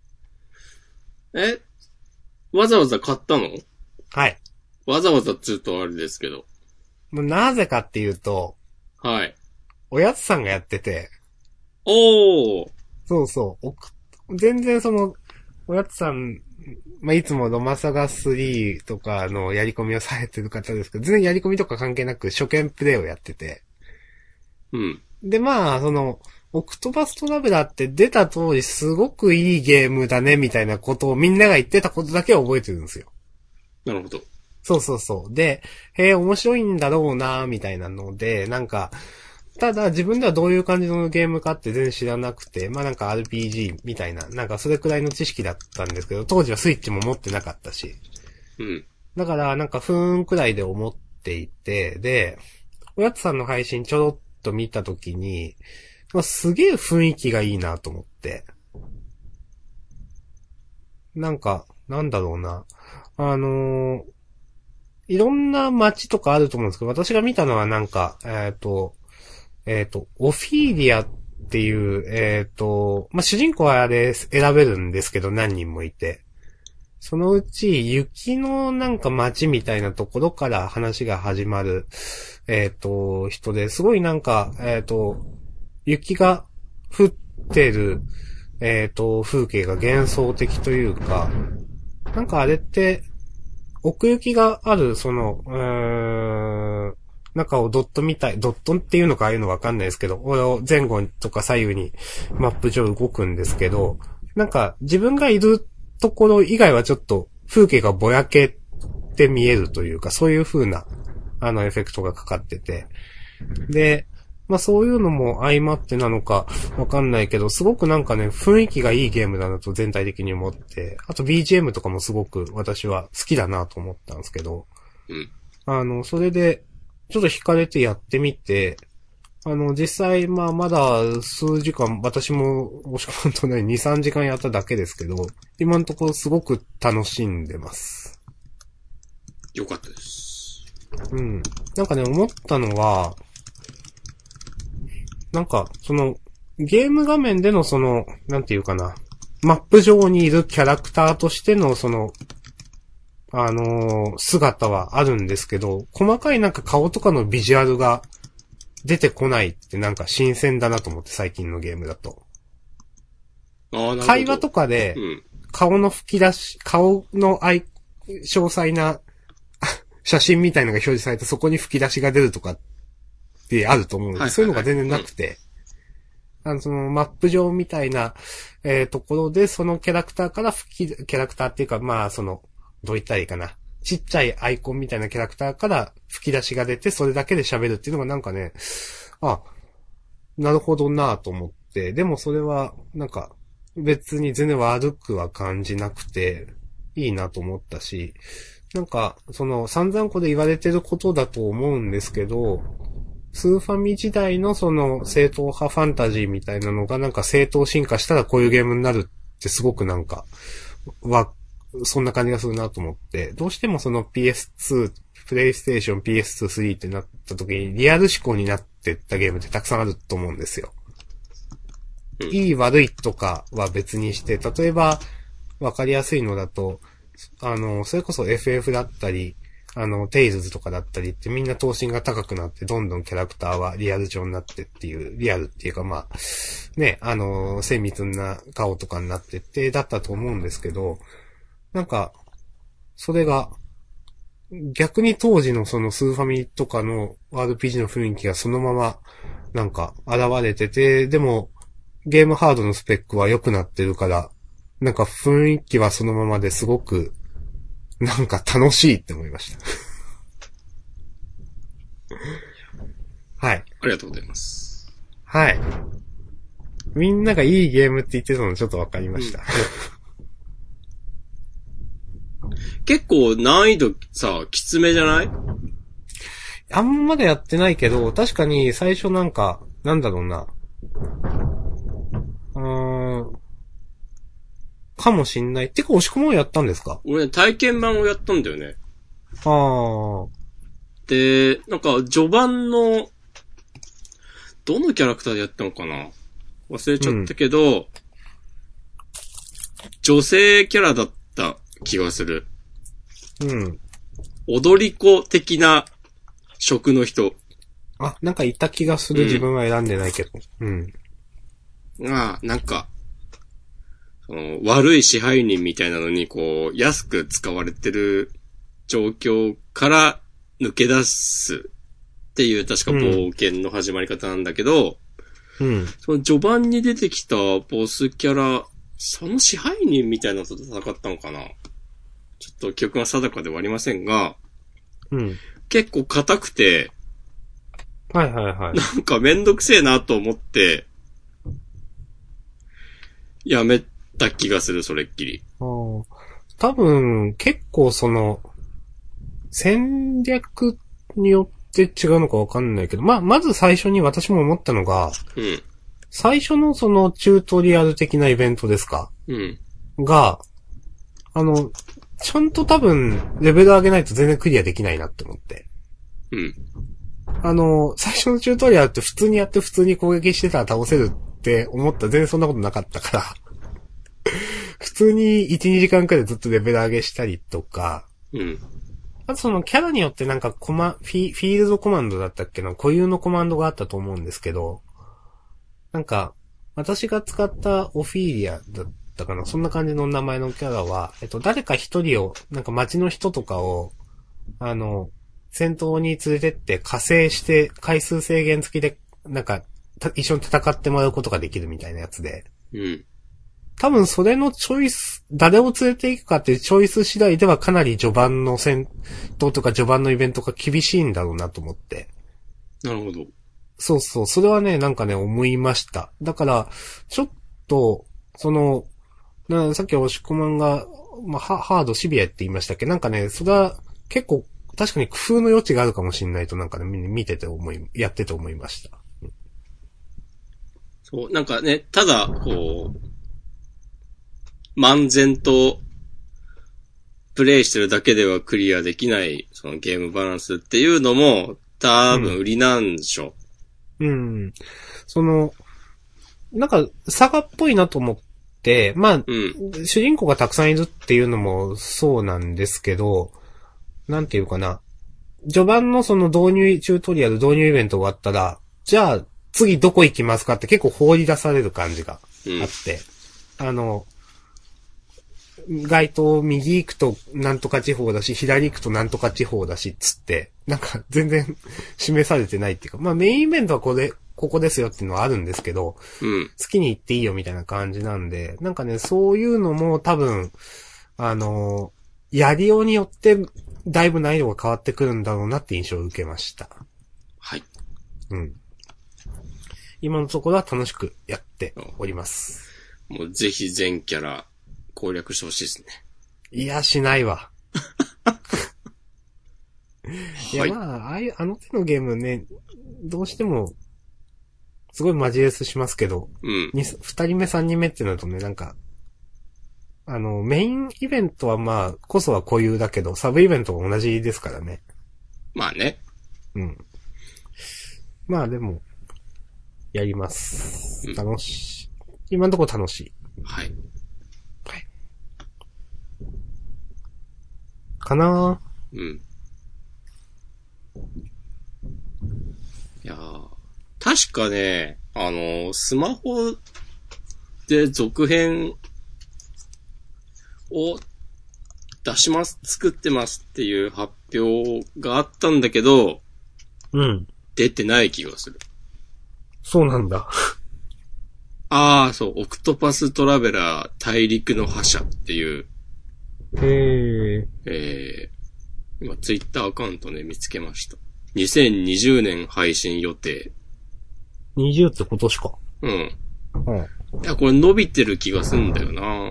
わざわざ買ったの？ はい。 わざわざっつうとあれですけど。 なぜかっていうと、 はい。 おやつさんがやってて。 おー。 そう。全然おやつさん、まあ、いつもロマサガ3とかのやり込みをされてる方ですけど、全然やり込みとか関係なく初見プレイをやってて。 うん。 で、まあ、オクトパストラベラーって出た当時すごくいいゲームだねみたいなことをみんなが言ってたことだけは覚えてるんですよ。 なるほど。 そう。で、面白いんだろうなみたいなので、なんか、ただ自分ではどういう感じのゲームかって全然知らなくて、まあなんか RPG みたいな、なんかそれくらいの知識だったんですけど、当時はスイッチも持ってなかったし。 うん。 だからなんかくらいで思っっていて、で、おやつさんの配信ちょろっと見たときに、すげえ雰囲気がいいなと思って。なんか、なんだろうな。いろんな街とかあると思うんですけど、私が見たのはなんか、オフィーリアっていう、主人公はあれ選べるんですけど、何人もいて。そのうち、雪のなんか街みたいなところから話が始まる、人で、すごいなんか、雪が降ってる、風景が幻想的というか、なんかあれって、奥行きがある、中をドットっていうのかああいうのわかんないですけど、前後とか左右にマップ上動くんですけど、なんか自分がいるところ以外はちょっと風景がぼやけて見えるというか、そういう風な、エフェクトがかかってて。で、そういうのも相まってなのかわかんないけど、すごくなんかね、雰囲気がいいゲームだなと全体的に思って、あと BGM とかもすごく私は好きだなと思ったんですけど、それで、ちょっと惹かれてやってみて、実際、まだ数時間、私も、もしかとね、2、3時間やっただけですけど、今のところすごく楽しんでます。 よかったです。 うん。なんかね、思ったのは、なんか、ゲーム画面でのなんていうかな、マップ上にいるキャラクターとしての姿はあるんですけど、細かいなんか顔とかのビジュアルが出てこないってなんか新鮮だなと思って最近のゲームだと。会話とかで、顔の吹き出し、顔の詳細な写真みたいのが表示されてそこに吹き出しが出るとかってあると思うんです。そういうのが全然なくて、マップ上みたいな、ところでそのキャラクターからキャラクターっていうかどう言ったらいいかな。ちっちゃいアイコンみたいなキャラクターから吹き出しが出て、それだけで喋るっていうのがなんかね、なるほどなぁと思って、でもそれは、なんか、別に全然悪くは感じなくて、いいなと思ったし、なんか、散々これ言われてることだと思うんですけど、スーファミ時代の正統派ファンタジーみたいなのがなんか正統進化したらこういうゲームになるってすごくなんか、そんな感じがするなと思って、どうしてもPS2、プレイステーション PS2、3ってなった時にリアル思考になってったゲームってたくさんあると思うんですよ。いい悪いとかは別にして、例えばわかりやすいのだと、それこそ FF だったり、テイルズとかだったりってみんな頭身が高くなってどんどんキャラクターはリアル上になってっていう、リアルっていうかね、精密な顔とかになってってだったと思うんですけど、なんか、それが、逆に当時のスーファミとかの RPG の雰囲気がそのまま、なんか、現れてて、でも、ゲームハードのスペックは良くなってるから、なんか雰囲気はそのままですごく、なんか楽しいって思いました。はい。 ありがとうございます。 はい。みんながいいゲームって言ってたのちょっとわかりました。 結構難易度さ、きつめじゃない？ あんまだやってないけど、確かに最初なんか、なんだろうな。かもしんない。てか、押し込もうやったんですか？ 俺ね、体験版をやったんだよね。で、なんか、序盤の、どのキャラクターでやったのかな？忘れちゃったけど、女性キャラだった気がする。踊り子的な職の人。 なんかいた気がする、自分は選んでないけど。 なんか、悪い支配人みたいなのに安く使われてる状況から抜け出すっていう確か冒険の始まり方なんだけど、その序盤に出てきたボスキャラ、その支配人みたいなのと戦ったのかな？ちょっと記憶が定かではありませんが、結構硬くて、なんかめんどくせえなと思って、やめた気がする、それっきり。 多分、結構戦略によって違うのかわかんないけど、まず最初に私も思ったのが、 うん。 最初のそのチュートリアル的なイベントですか？ うん。 が、ちゃんと多分、レベル上げないと全然クリアできないなって思って。 うん。 最初のチュートリアルって普通にやって普通に攻撃してたら倒せるって思ったら全然そんなことなかったから。普通に1、2時間くらいずっとレベル上げしたりとか。 うん。 あとそのキャラによってなんかフィールドコマンドだったっけな、固有のコマンドがあったと思うんですけど、なんか、私が使ったオフィーリアだったかな、そんな感じの名前のキャラは、誰か一人を、なんか街の人とかを、戦闘に連れてって加勢して回数制限付きで、なんか、一緒に戦ってもらうことができるみたいなやつで。 うん。 多分それのチョイス、誰を連れていくかっていうチョイス次第ではかなり序盤の戦闘とか序盤のイベントが厳しいんだろうなと思って。 なるほど。 そうそう、それはね、なんかね、思いました。だから、ちょっと、さっき押し込まんが、ハード、シビアって言いましたっけ？なんかね、それは結構、確かに工夫の余地があるかもしれないとなんかね、見ててやってて思いました。 そう、なんかね、ただ、こう、漫然と、プレイしてるだけではクリアできない、そのゲームバランスっていうのも、多分売りなんでしょう。うん。なんか、サガっぽいなと思って、主人公がたくさんいるっていうのもそうなんですけど、なんていうかな。序盤のその導入、チュートリアル導入イベントがあったら、じゃあ、次どこ行きますかって結構放り出される感じがあって、街頭右行くとなんとか地方だし、左行くとなんとか地方だし、つって、なんか全然示されてないっていうか、メインイベントはここですよっていうのはあるんですけど、好きに行っていいよみたいな感じなんで、なんかね、そういうのも多分、やりようによって、だいぶ難易度が変わってくるんだろうなって印象を受けました。 はい。 うん。今のところは楽しくやっております。 もうぜひ全キャラ攻略してほしいですね。 いや、しないわ。いや、 はい、 あの手のゲームね、どうしても、すごいマジレスしますけど、二人目三人目ってなるとね、なんか、メインイベントはこそは固有だけど、サブイベントは同じですからね。 まあね。 うん。でも、やります。楽しい。今のところ楽しい。 はい。 はい。かなぁ。 いやー、確かね、スマホで続編を作ってますっていう発表があったんだけど、出てない気がする。 そうなんだ。 そう、オクトパストラベラー大陸の覇者っていう。今ツイッターアカウントね、見つけました。2020年配信予定。 20って今年か。 いや、これ伸びてる気がすんだよな。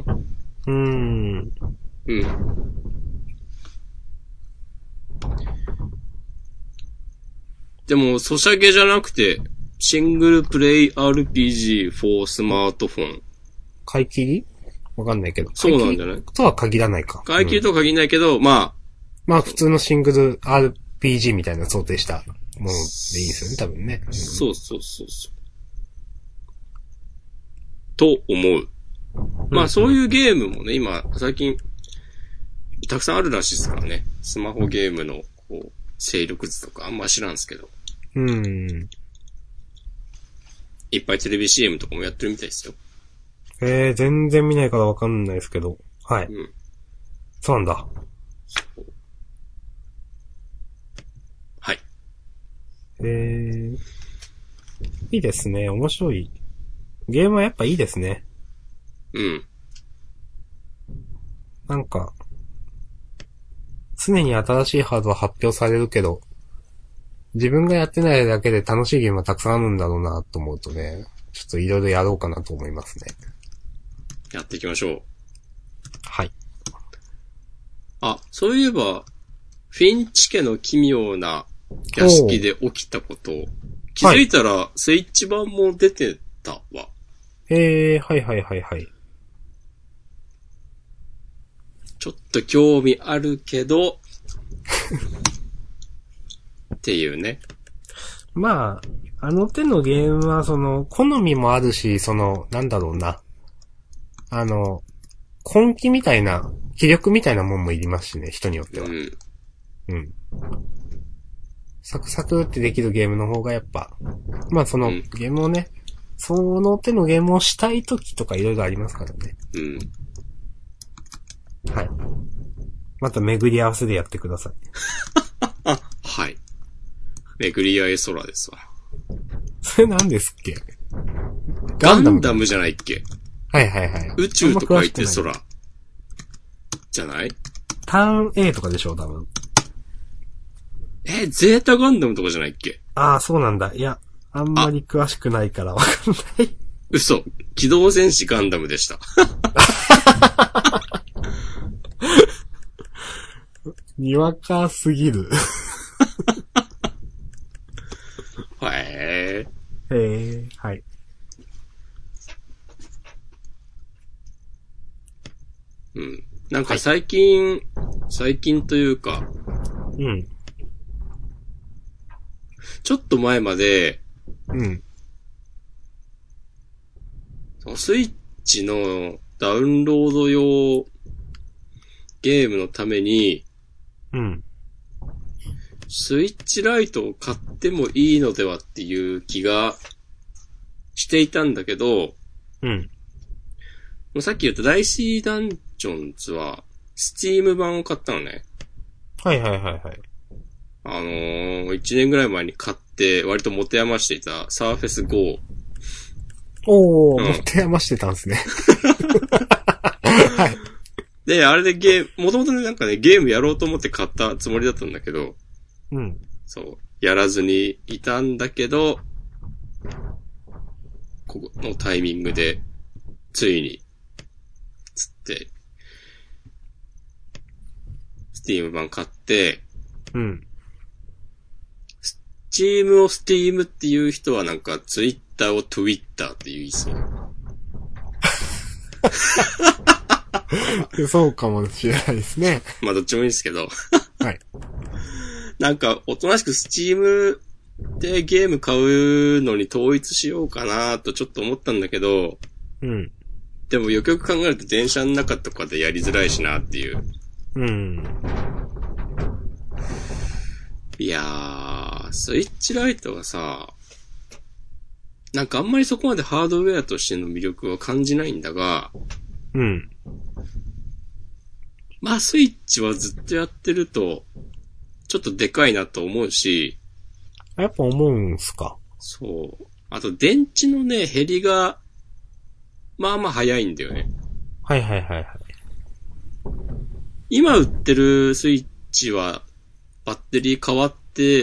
でも、ソシャゲじゃなくて、シングルプレイ RPG for スマートフォン。 買い切りわかんないけど。 そうなんじゃないとは限らないか。 買い切りとは限らないけど、 普通のシングル RPG みたいな想定したものでいいんですよね、多分ね。 そう。と思う。そういうゲームもね、今、最近、たくさんあるらしいですからね。スマホゲームの、勢力図とかあんま知らんすけど。いっぱいテレビ CM とかもやってるみたいですよ。 全然見ないからわかんないですけど。はい。そうなんだ。 はい。 いいですね。面白い。ゲームはやっぱいいですね。なんか、常に新しいハードは発表されるけど、自分がやってないだけで楽しいゲームはたくさんあるんだろうなと思うとね、ちょっといろいろやろうかなと思いますね。 やっていきましょう。 はい。 そういえば、フィンチ家の奇妙な屋敷で起きたことを。気づいたら、スイッチ版も出てたわ。 はいはいはいはい。 ちょっと興味あるけど、っていうね。 まあ、あの手のゲームは好みもあるし、なんだろうな。根気みたいな、気力みたいなもんもいりますしね、人によっては。うん。サクサクってできるゲームの方がやっぱ、まあゲームをね、その手のゲームをしたい時とかいろいろありますからね。はい。また巡り合わせでやってください。 はい。巡り合い空ですわ。 それ何ですっけ？ ガンダムじゃないっけ？ はいはいはい。 宇宙とか言って空。じゃない？ ターン A とかでしょ、多分。 ゼータガンダムとかじゃないっけ？ ああ、そうなんだ。いや、あんまり詳しくないからわかんない。 嘘。機動戦士ガンダムでした。 にわかすぎる。 へえ、はい。 うん。なんか最近というか、 うん。 ちょっと前まで、 うん。 スイッチのダウンロード用ゲームのために、 うん。 スイッチライトを買ってもいいのではっていう気がしていたんだけど、 うん。 さっき言ったダイシーダンジョンズは、スチーム版を買ったのね。 はいはいはいはい。 1年ぐらい前に買って、割と持て余していたサーフェス GO。 持て余してたんですね。はい。 で、あれでもともとね、なんかね、ゲームやろうと思って買ったつもりだったんだけど、 うん。 そう、やらずにいたんだけど、ここのタイミングで、ついに、つって、スティーム版買って、 うん。 スチームをスティームっていう人はなんか、ツイッターをトゥイッターって言いそう。 そうかもしれないですね。 まあどっちもいいですけど。 はい。 なんか、おとなしくスチームでゲーム買うのに統一しようかなとちょっと思ったんだけど、 うん。 でもよくよく考えると電車の中とかでやりづらいしなっていう。 うん。 いやー、スイッチライトはさ、なんかあんまりそこまでハードウェアとしての魅力は感じないんだが、 うん。 まあスイッチはずっとやってると、ちょっとでかいなと思うし、 やっぱ思うんすか？ そう。あと電池のね、減りが、まあまあ早いんだよね。 はいはいはいはい。 今売ってるスイッチは、バッテリー変わって、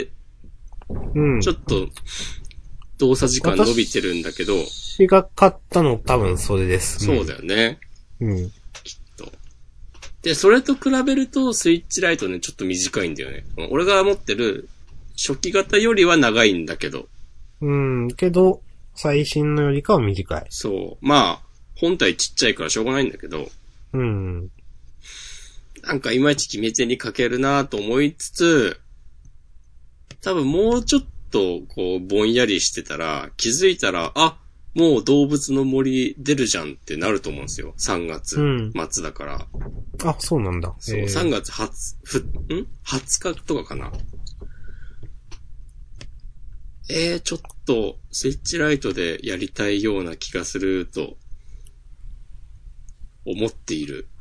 うん。 ちょっと、動作時間伸びてるんだけど。 私が買ったの多分それです。 そうだよね。 うん。 きっと。で、それと比べると、スイッチライトね、ちょっと短いんだよね。俺が持ってる、初期型よりは長いんだけど。 けど、最新のよりかは短い。 そう。まあ、本体ちっちゃいからしょうがないんだけど。 うん。 なんかいまいち決め手に欠けるなと思いつつ、多分もうちょっとこうぼんやりしてたら、気づいたら、あ、もう動物の森出るじゃんってなると思うんですよ。3月末だから。 あ、そうなんだ。 そう、3月20日とかかな。ちょっとスイッチライトでやりたいような気がすると思っている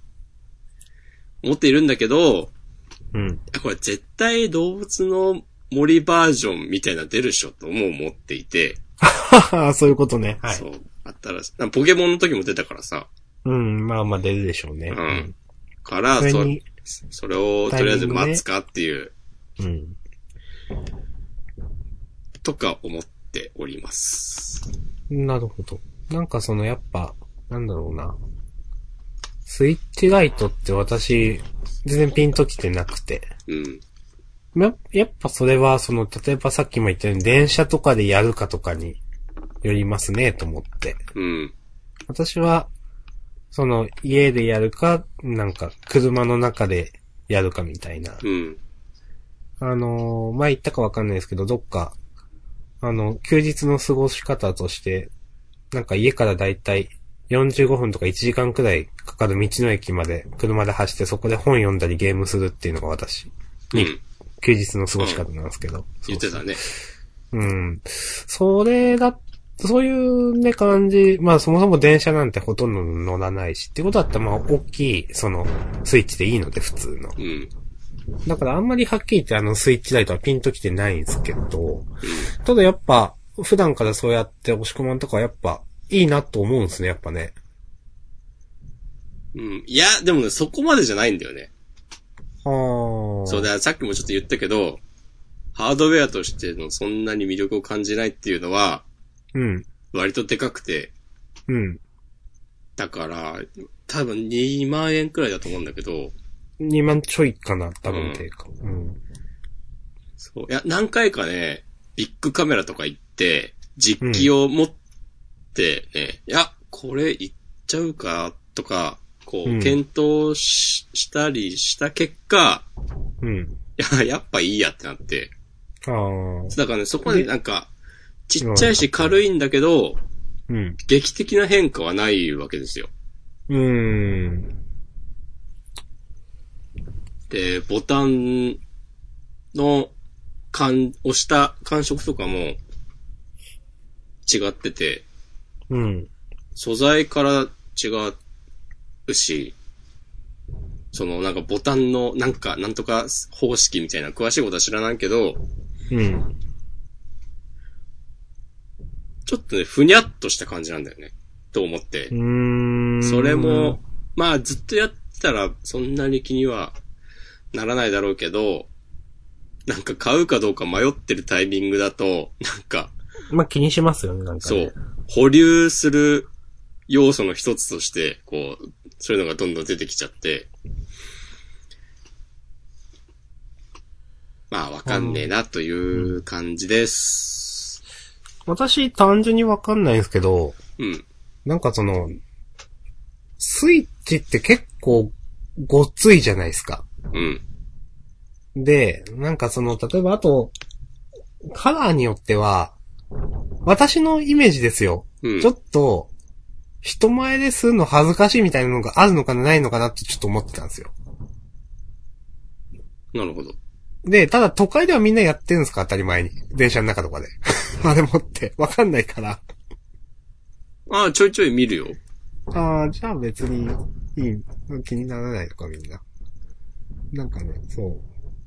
んだけど、 うん。 これ絶対動物の森バージョンみたいな出るでしょとも思っていて。 そういうことね。はい。 そう。あったら、ポケモンの時も出たからさ。 うん、まあまあ出るでしょうね。 うん。から、それをとりあえず待つかっていう。 うん。 とか思っております。 なるほど。なんかやっぱ、なんだろうな。スイッチライトって私、全然ピンときてなくて。 うん。 やっぱそれは、例えばさっきも言ったように電車とかでやるかとかによりますね、と思って。 うん。 私は、家でやるか、なんか、車の中でやるかみたいな。 うん。 前言ったかわかんないですけど、どっか、休日の過ごし方として、なんか家からだいたい45分とか1時間くらいかかる道の駅まで車で走ってそこで本読んだりゲームするっていうのが私に、休日の過ごし方なんですけど。 言ってたね。 うん。そういうね感じ、まあそもそも電車なんてほとんど乗らないし、ってことだったらまあ大きい、スイッチでいいので普通の。 うん。 だからあんまりはっきり言ってスイッチライトはピンときてないんですけど、ただやっぱ、普段からそうやって押し込まんとかはやっぱ、いいなと思うんですね、やっぱね。 うん。いや、でもね、そこまでじゃないんだよね。そうだ。 だ、さっきもちょっと言ったけど、ハードウェアとしてのそんなに魅力を感じないっていうのは、 うん。 割とでかくて。 うん。 だから、多分2万円くらいだと思うんだけど。 2万ちょいかな、多分定価。うん。 そう。いや、何回かね、ビッグカメラとか行って、実機を持ってね、いや、これ行っちゃうか、とか、検討したりした結果、 うん。 やっぱいいやってなって。 ああ。 だからね、そこでなんか、ちっちゃいし軽いんだけど、 うん。 劇的な変化はないわけですよ。で、ボタンの押した感触とかも違ってて、 うん。 素材から違うし、なんかボタンのなんとか方式みたいな詳しいことは知らないけど、 うん。 ちょっとね、ふにゃっとした感じなんだよね。と思って。それも、まあずっとやってたらそんなに気にはならないだろうけど、なんか買うかどうか迷ってるタイミングだと、なんか。 まあ気にしますよね、なんかね。 そう。保留する要素の一つとして、そういうのがどんどん出てきちゃって。まあわかんねえなという感じです。 私単純にわかんないんですけど、 うん。 なんかスイッチって結構ごっついじゃないですか。 うん。 で、なんか例えばあと、カラーによっては、私のイメージですよ。 うん。 ちょっと、人前でするの恥ずかしいみたいなのがあるのかないのかなってちょっと思ってたんですよ。 なるほど。 で、ただ都会ではみんなやってるんですか当たり前に。電車の中とかで。あれもって、わかんないから。 ああ、ちょいちょい見るよ。 ああ、じゃあ別に、気にならないのかみんな。なんかね、そう。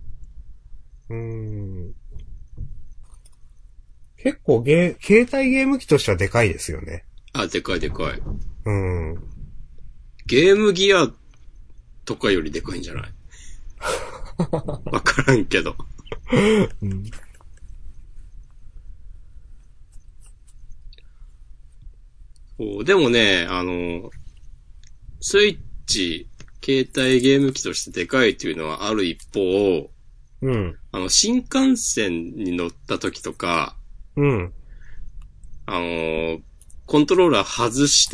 結構携帯ゲーム機としてはでかいですよね。 あ、でかいでかい。 ゲームギアとかよりでかいんじゃないわからんけど。でもね、スイッチ、携帯ゲーム機としてでかいっていうのはある一方、新幹線に乗った時とか、コントローラー外して、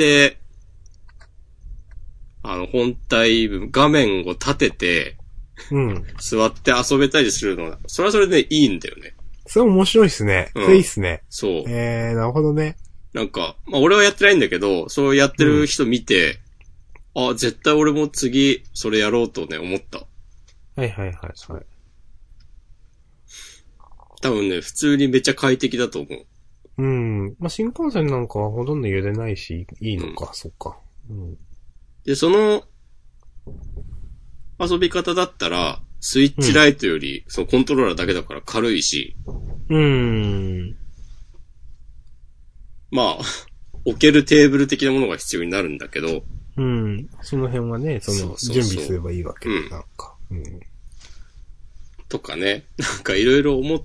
本体部、画面を立てて、座って遊べたりするのは、それはそれでいいんだよね。 それ面白いっすね。それいいっすね。 そう。 なるほどね。 なんか、まあ俺はやってないんだけど、そうやってる人見て、あ、絶対俺も次、それやろうとね、思った。 はいはい。 多分ね、普通にめっちゃ快適だと思う。 まあ、新幹線なんかはほとんど揺れないし、いいのか、そっか。 で、その、遊び方だったら、スイッチライトより、そのコントローラーだけだから軽いし。まあ、置けるテーブル的なものが必要になるんだけど。 その辺はね、準備すればいいわけで、なんか。 とかね。なんかいろいろ思って、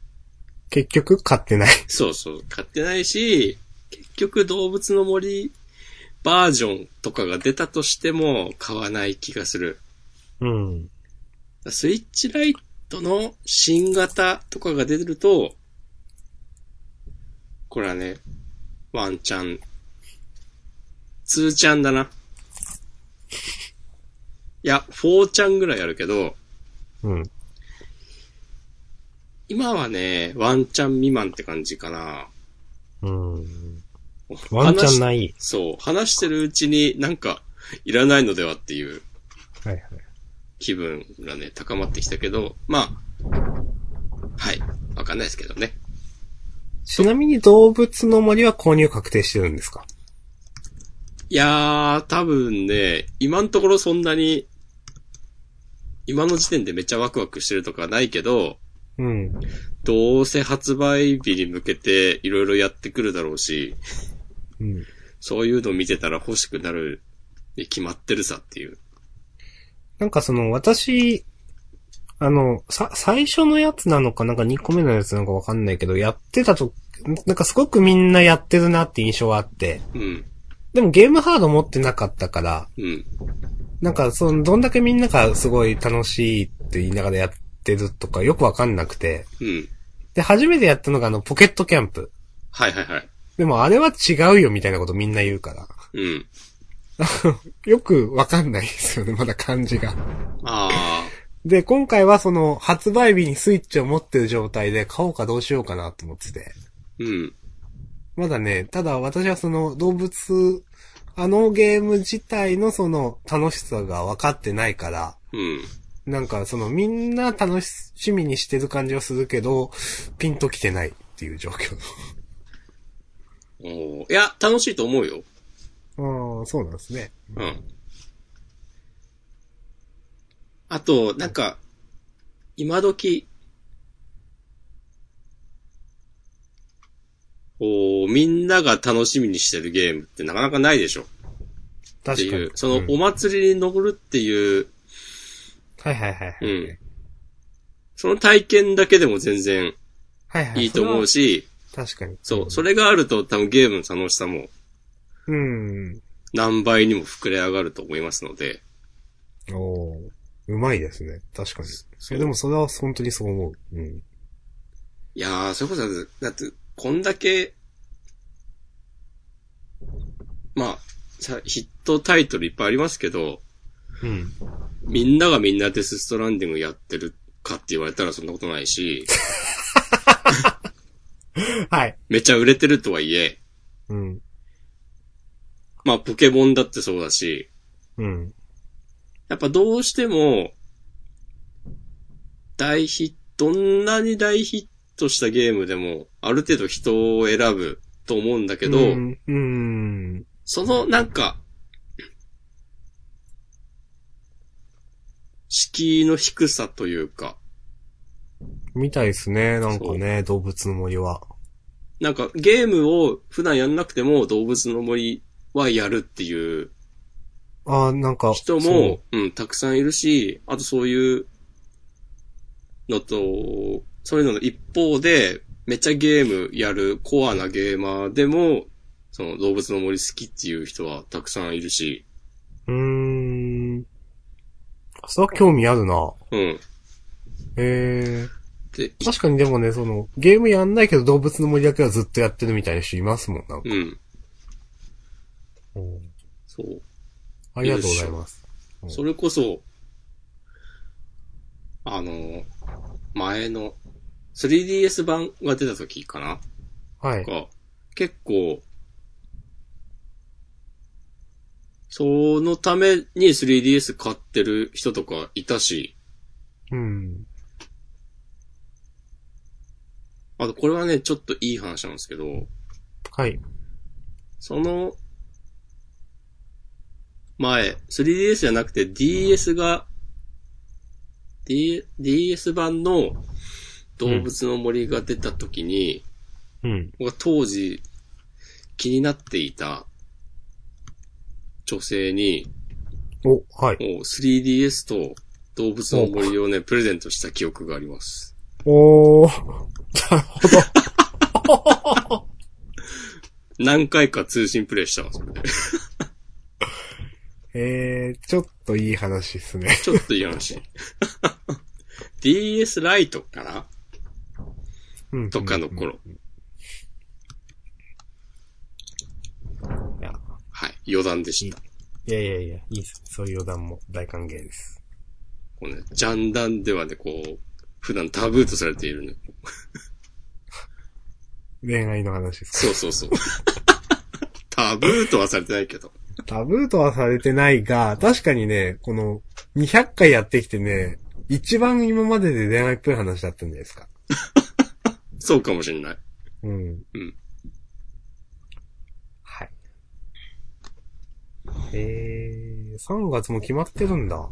結局買ってない。 そう、買ってないし、結局動物の森バージョンとかが出たとしても買わない気がする。スイッチライトの新型とかが出ると、これはね、ワンチャン、ツーチャンだな。いや、フォーチャンぐらいあるけど、 うん。 今はね、ワンチャン未満って感じかな。 ワンチャンない。 そう、話してるうちになんか、いらないのではっていう、 はいはい。 気分がね、高まってきたけど、まあ、はい、わかんないですけどね。 ちなみに動物の森は購入確定してるんですか？ いやー、多分ね、今のところそんなに、今の時点でめっちゃワクワクしてるとかはないけど、 うん。 どうせ発売日に向けていろいろやってくるだろうし、 うん。 そういうの見てたら欲しくなるに決まってるさっていう。 なんか私、最初のやつなのか、なんか2個目のやつなのかわかんないけど、やってたと、なんかすごくみんなやってるなって印象があって。 うん。 でもゲームハード持ってなかったから、 うん。 なんかどんだけみんながすごい楽しいって言いながらやってるとかよくわかんなくて。 うん。 で、初めてやったのがポケットキャンプ。 はいはいはい。 でもあれは違うよみたいなことみんな言うから。 うん。 よくわかんないですよね、まだ感じが。 ああ。 で、今回は発売日にスイッチを持ってる状態で買おうかどうしようかなと思ってて。 うん。 まだね、ただ私は動物、ゲーム自体の楽しさが分かってないから、 うん。 なんかみんな楽しみにしてる感じはするけど、ピンときてないっていう状況。 いや、楽しいと思うよ。 ああ、そうなんですね。 うん。あと、なんか、今時、みんなが楽しみにしてるゲームってなかなかないでしょ。って確かに。 いう、お祭りに乗るっていう、 はいはいはい、はい。 うん。その体験だけでも全然はいはい。 いいと思うし、 確かに。 そう、それがあると多分ゲームの楽しさも、何倍にも膨れ上がると思いますので。 おー、うまいですね。確かに。でもそれは本当にそう思う。うん。 いやー、それこそ、だって、こんだけ、まあ、ヒットタイトルいっぱいありますけど、 うん。 みんながみんなデスストランディングやってるかって言われたらそんなことないし、 はい。 めちゃ売れてるとはいえ、 うん。 まあ、ポケモンだってそうだし、 うん。 やっぱどうしても、どんなに大ヒットしたゲームでも、ある程度人を選ぶと思うんだけど、そのなんか、敷居の低さというか。 みたいですね、なんかね、動物の森は。 なんかゲームを普段やんなくても動物の森はやるっていう。 なんか。 人も、たくさんいるし、あとそういうのと、そういうのの一方で、めっちゃゲームやるコアなゲーマーでも、その動物の森好きっていう人はたくさんいるし。 それは興味あるな。 うん。 で、確かにでもね、ゲームやんないけど動物の森だけはずっとやってるみたいな人いますもん、なんか。 そう。 ありがとうございます。 それこそ、前の 3DS 版が出た時かな？ はい。 結構、そのために 3DS 買ってる人とかいたし。あと、これはね、ちょっといい話なんですけど。 はい。 その、前、3DS じゃなくて DS が、DS 版の動物の森が出た時に、僕は当時気になっていた女性に、 はい。 3DS と動物の森をね、プレゼントした記憶があります。 なるほど。 何回か通信プレイしたわ、それで。 ちょっといい話ですね。 ちょっといい話。 DS ライトかな、 うん。 とかの頃。 いや、 はい。余談でした。 いや、いいっすね。そういう余談も大歓迎です。 こうね、ジャンダンではね、こう、普段タブーとされているね。 恋愛の話ですか？ そうそうそう。タブーとはされてないけど。 タブーとはされてないが、確かにね、この200回やってきてね、一番今までで恋愛っぽい話だったんじゃないですか。 そうかもしれない。 うん。 うん。 はい。3月も決まってるんだ。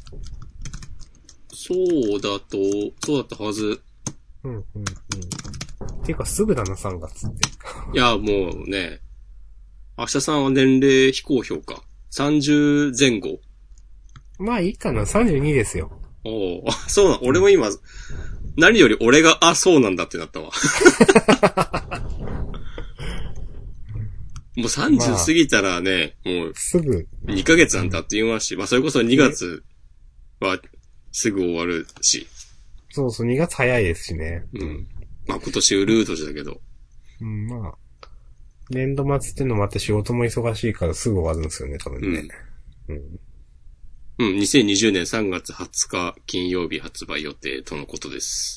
そうだったはず。 うん。ていうかすぐだな、3月って。 いや、もうね、明日さんは年齢非公表か。30前後。 まあいいかな、32ですよ。 おお、そうな、俺も今、何より俺が、そうなんだってなったわ。もう30過ぎたらね、もう、 すぐ。 2ヶ月なんだって言いますし、まあそれこそ2月はすぐ終わるし。 そうそう、2月早いですしね。 うん。まあ今年うるう年だけど。 うん、まあ。年度末ってのもあって仕事も忙しいからすぐ終わるんですよね、多分ね。 うん、2020年3月20日金曜日発売予定とのことです。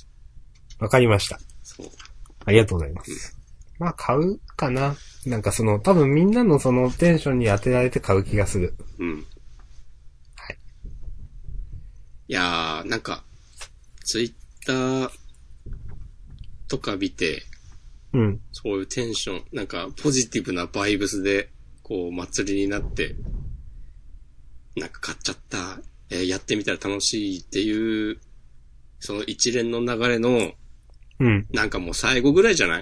わかりました。 そう。 ありがとうございます。まあ買うかな。なんか多分みんなのそのテンションに当てられて買う気がする。 うん。 はい。 いやー、なんか、ツイッターとか見て、 うん。 そういうテンション、なんかポジティブなバイブスで、こう祭りになって、なんか買っちゃった、やってみたら楽しいっていう、その一連の流れの、 うん。 なんかもう最後ぐらいじゃない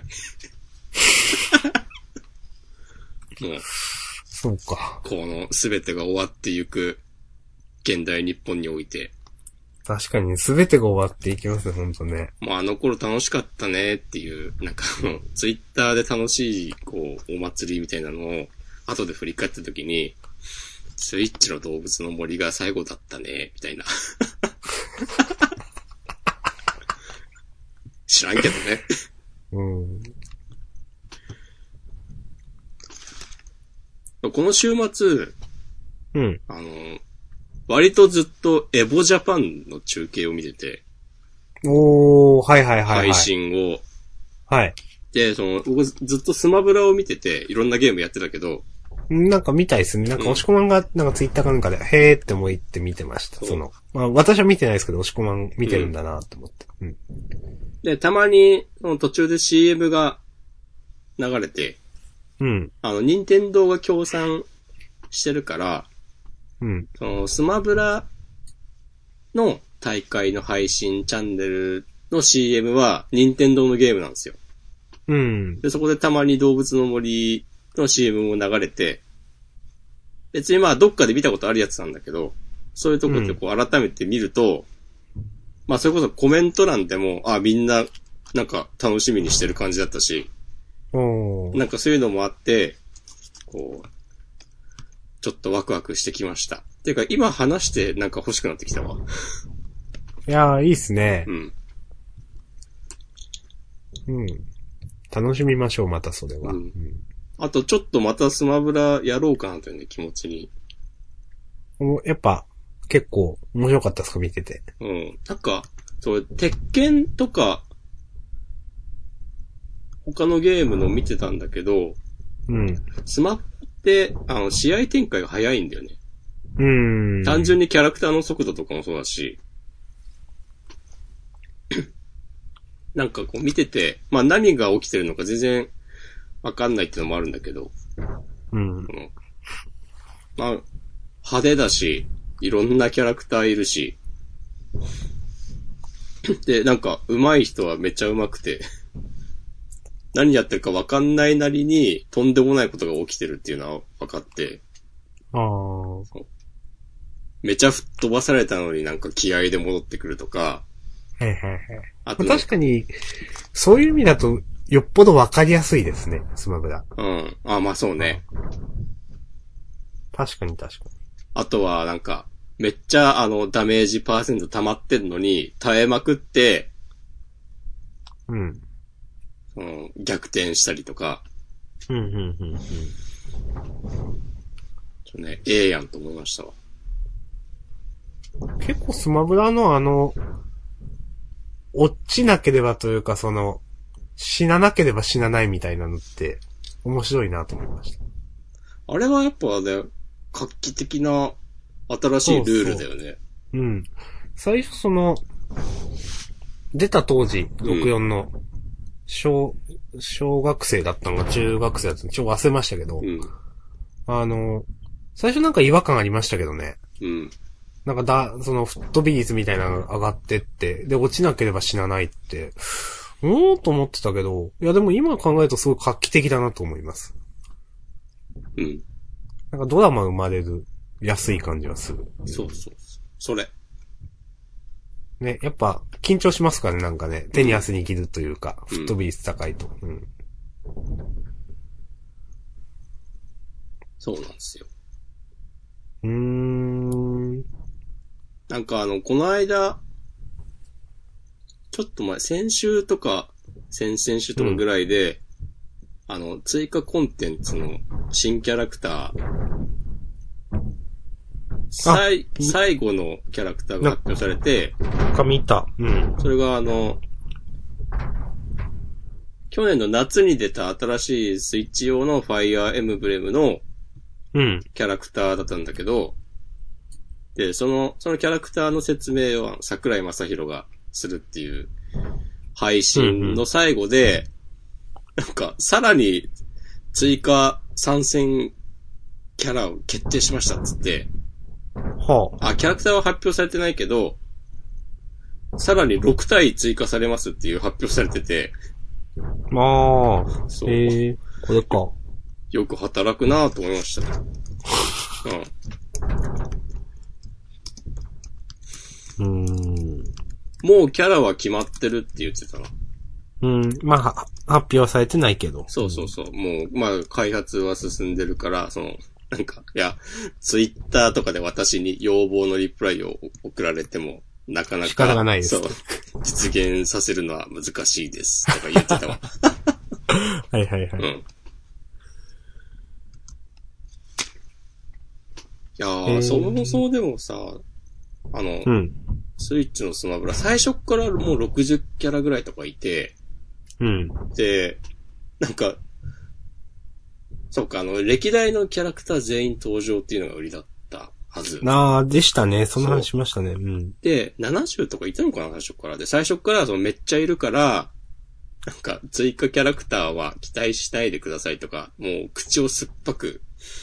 もう、 そうか。 この全てが終わってゆく、現代日本において。 確かに全てが終わっていきますね、ほんとね。 もうあの頃楽しかったねっていう、なんかツイッターで楽しい、こう、お祭りみたいなのを、後で振り返った時に、スイッチの動物の森が最後だったね、みたいな。知らんけどね。 うん。 この週末、 うん。 割とずっとエボジャパンの中継を見てて。 おー、はいはいはい、はい。 配信を。 はい。 で、僕ずっとスマブラを見てて、いろんなゲームやってたけど。 なんか見たいですね。なんか押し込まんが、なんかツイッターかなんかで、へーって思いって見てました。まあ私は見てないですけど、押し込まん見てるんだなって思って。うん。 で、たまに、途中で CM が流れて、 うん。 任天堂が協賛してるから、 うん。 スマブラの大会の配信チャンネルの CM は任天堂のゲームなんですよ。 うん。 で、そこでたまに動物の森の CM も流れて、別にまあどっかで見たことあるやつなんだけど、そういうところでこう改めて見ると、まあそれこそコメント欄でも、みんななんか楽しみにしてる感じだったし、なんかそういうのもあって、こう、ちょっとワクワクしてきました。ていうか今話してなんか欲しくなってきたわ。 いやー、いいっすね。 うん。 うん。楽しみましょう、またそれは。 あとちょっとまたスマブラやろうかなというね、気持ちに。 やっぱ、結構面白かったですか、見てて。 うん。なんか、鉄拳とか、他のゲームの見てたんだけど、 うん。 スマって、試合展開が早いんだよね。単純にキャラクターの速度とかもそうだし、なんかこう見てて、まあ何が起きてるのか全然わかんないっていうのもあるんだけど、まあ、派手だし、いろんなキャラクターいるし、で、なんか上手い人はめっちゃ上手くて、何やってるかわかんないなりにとんでもないことが起きてるっていうのは分かって、めちゃ吹っ飛ばされたのになんか気合で戻ってくるとか、 あと確かに、そういう意味だと、よっぽどわかりやすいですね、スマブラ。 うん。まあそうね。 確かに。 あとはなんか、 めっちゃダメージパーセント溜まってんのに、耐えまくって、 うん。 逆転したりとか。ええやんと思いましたわ。 結構スマブラの落ちなければというか死ななければ死なないみたいなのって、面白いなと思いました。 あれはやっぱね、画期的な新しいルールだよね。 そう。うん。最初出た当時、64の、小学生だったのが中学生だったのちょっと忘れましたけど、 うん。 最初なんか違和感ありましたけどね。 うん。 なんかフットビ率みたいなのが上がってって、で、落ちなければ死なないって、と思ってたけど、いやでも今考えるとすごい画期的だなと思います。 うん。 なんかドラマ生まれる安い感じはする。 そう。それ。 ね、やっぱ緊張しますからね、なんかね、手に汗握るというか、フットビ率高いと。うん。 そうなんですよ。なんかこの間、ちょっと前、先週とか、先々週とかぐらいで、追加コンテンツの新キャラクター、最後のキャラクターが発表されて、 見た。うん。 それが去年の夏に出た新しいスイッチ用のファイアーエムブレムの、キャラクターだったんだけど、で、そのキャラクターの説明を桜井正宏がするっていう配信の最後で、なんか、さらに追加参戦キャラを決定しましたっつって、キャラクターは発表されてないけど、さらに6体追加されますっていう発表されてて、 そう。これか。 よく働くなぁと思いました。もうキャラは決まってるって言ってたな。 まあ、発表されてないけど。 そう。もう、まあ、開発は進んでるから、なんか、いや、ツイッターとかで私に要望のリプライを送られても、なかなか、 仕方がないです。 そう、実現させるのは難しいです。とか言ってたわ。 はい。 いやー、そもそもでもさ、スイッチのスマブラ、最初からもう60キャラぐらいとかいて、で、なんか、そうか、歴代のキャラクター全員登場っていうのが売りだったはず。 でしたね。その話しましたね。 で、70とかいたのかな、最初から。で、最初からめっちゃいるから、なんか、追加キャラクターは期待しないでくださいとか、もう口を酸っぱく、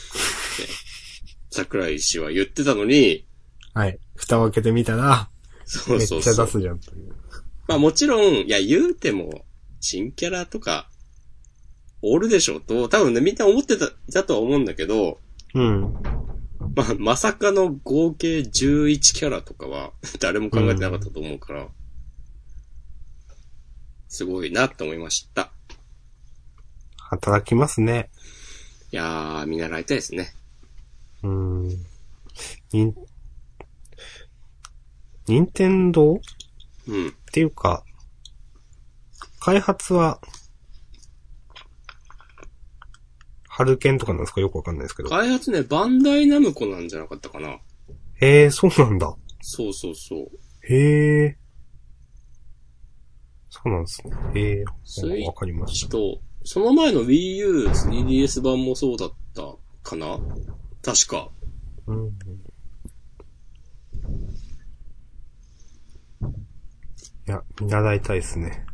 桜井氏は言ってたのに、 はい。蓋を開けてみたら、 そう。 めっちゃ出すじゃんという。 まあもちろん、いや言うても、新キャラとか、おるでしょと、多分ね、みんな思ってたとは思うんだけど、まあ、まさかの合計11キャラとかは、誰も考えてなかったと思うから、すごいなって思いました。 働きますね。 いやー、見習いたいですね。 任天堂っていうか、開発は、ハルケンとかなんですかよくわかんないですけど。 開発ね、バンダイナムコなんじゃなかったかな。 へえ、そうなんだ。 そう。 へえ。そうなんですね。へえ。 スイわかりました。 その前の Wii U 3DS 版もそうだったかな確か。 いや、見習いたいですね。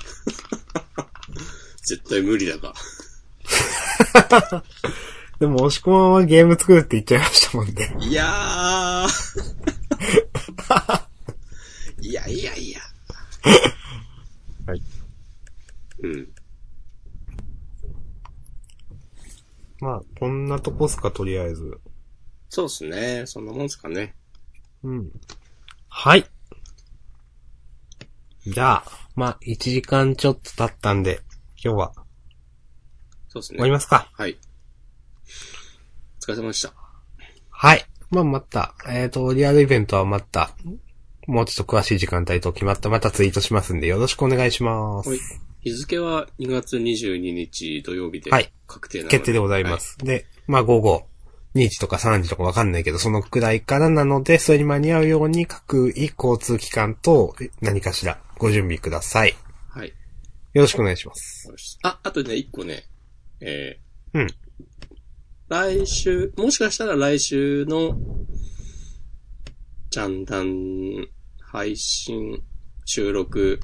絶対無理だが。 でも、押し込まんはゲーム作るって言っちゃいましたもんね。 いやー。いや。 はい。まあ、こんなとこっすか、とりあえず。 そうっすね。そんなもんすかね。 はい。じゃあ、まあ、1時間ちょっと経ったんで、今日は。 そうですね。 終わりますか。 はい。お疲れ様でした。 はい。 まあ、また、リアルイベントはまた、もうちょっと詳しい時間帯と決まったまたツイートしますんで、よろしくお願いします。 はい。日付は2月22日土曜日で確定なので。決定でございます。はい、で、まあ午後2時とか3時とかわかんないけど、そのくらいからなので、それに間に合うように各交通機関と何かしらご準備ください。 はい。 よろしくお願いします。 あとね、一個ね、 うん。 来週、もしかしたら来週の、ジャンダン配信収録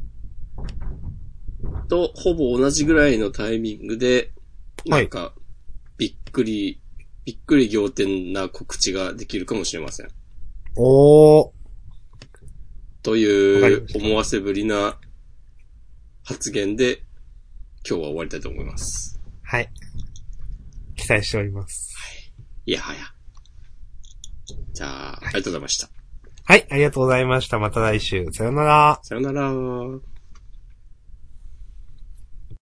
とほぼ同じぐらいのタイミングで、なんか、びっくり仰天な告知ができるかもしれません。 おー。 という思わせぶりな発言で今日は終わりたいと思います。 はい。期待しております。 はい。いやはや。じゃあ、ありがとうございました。 はい、ありがとうございました。また来週。さよなら。 さよなら。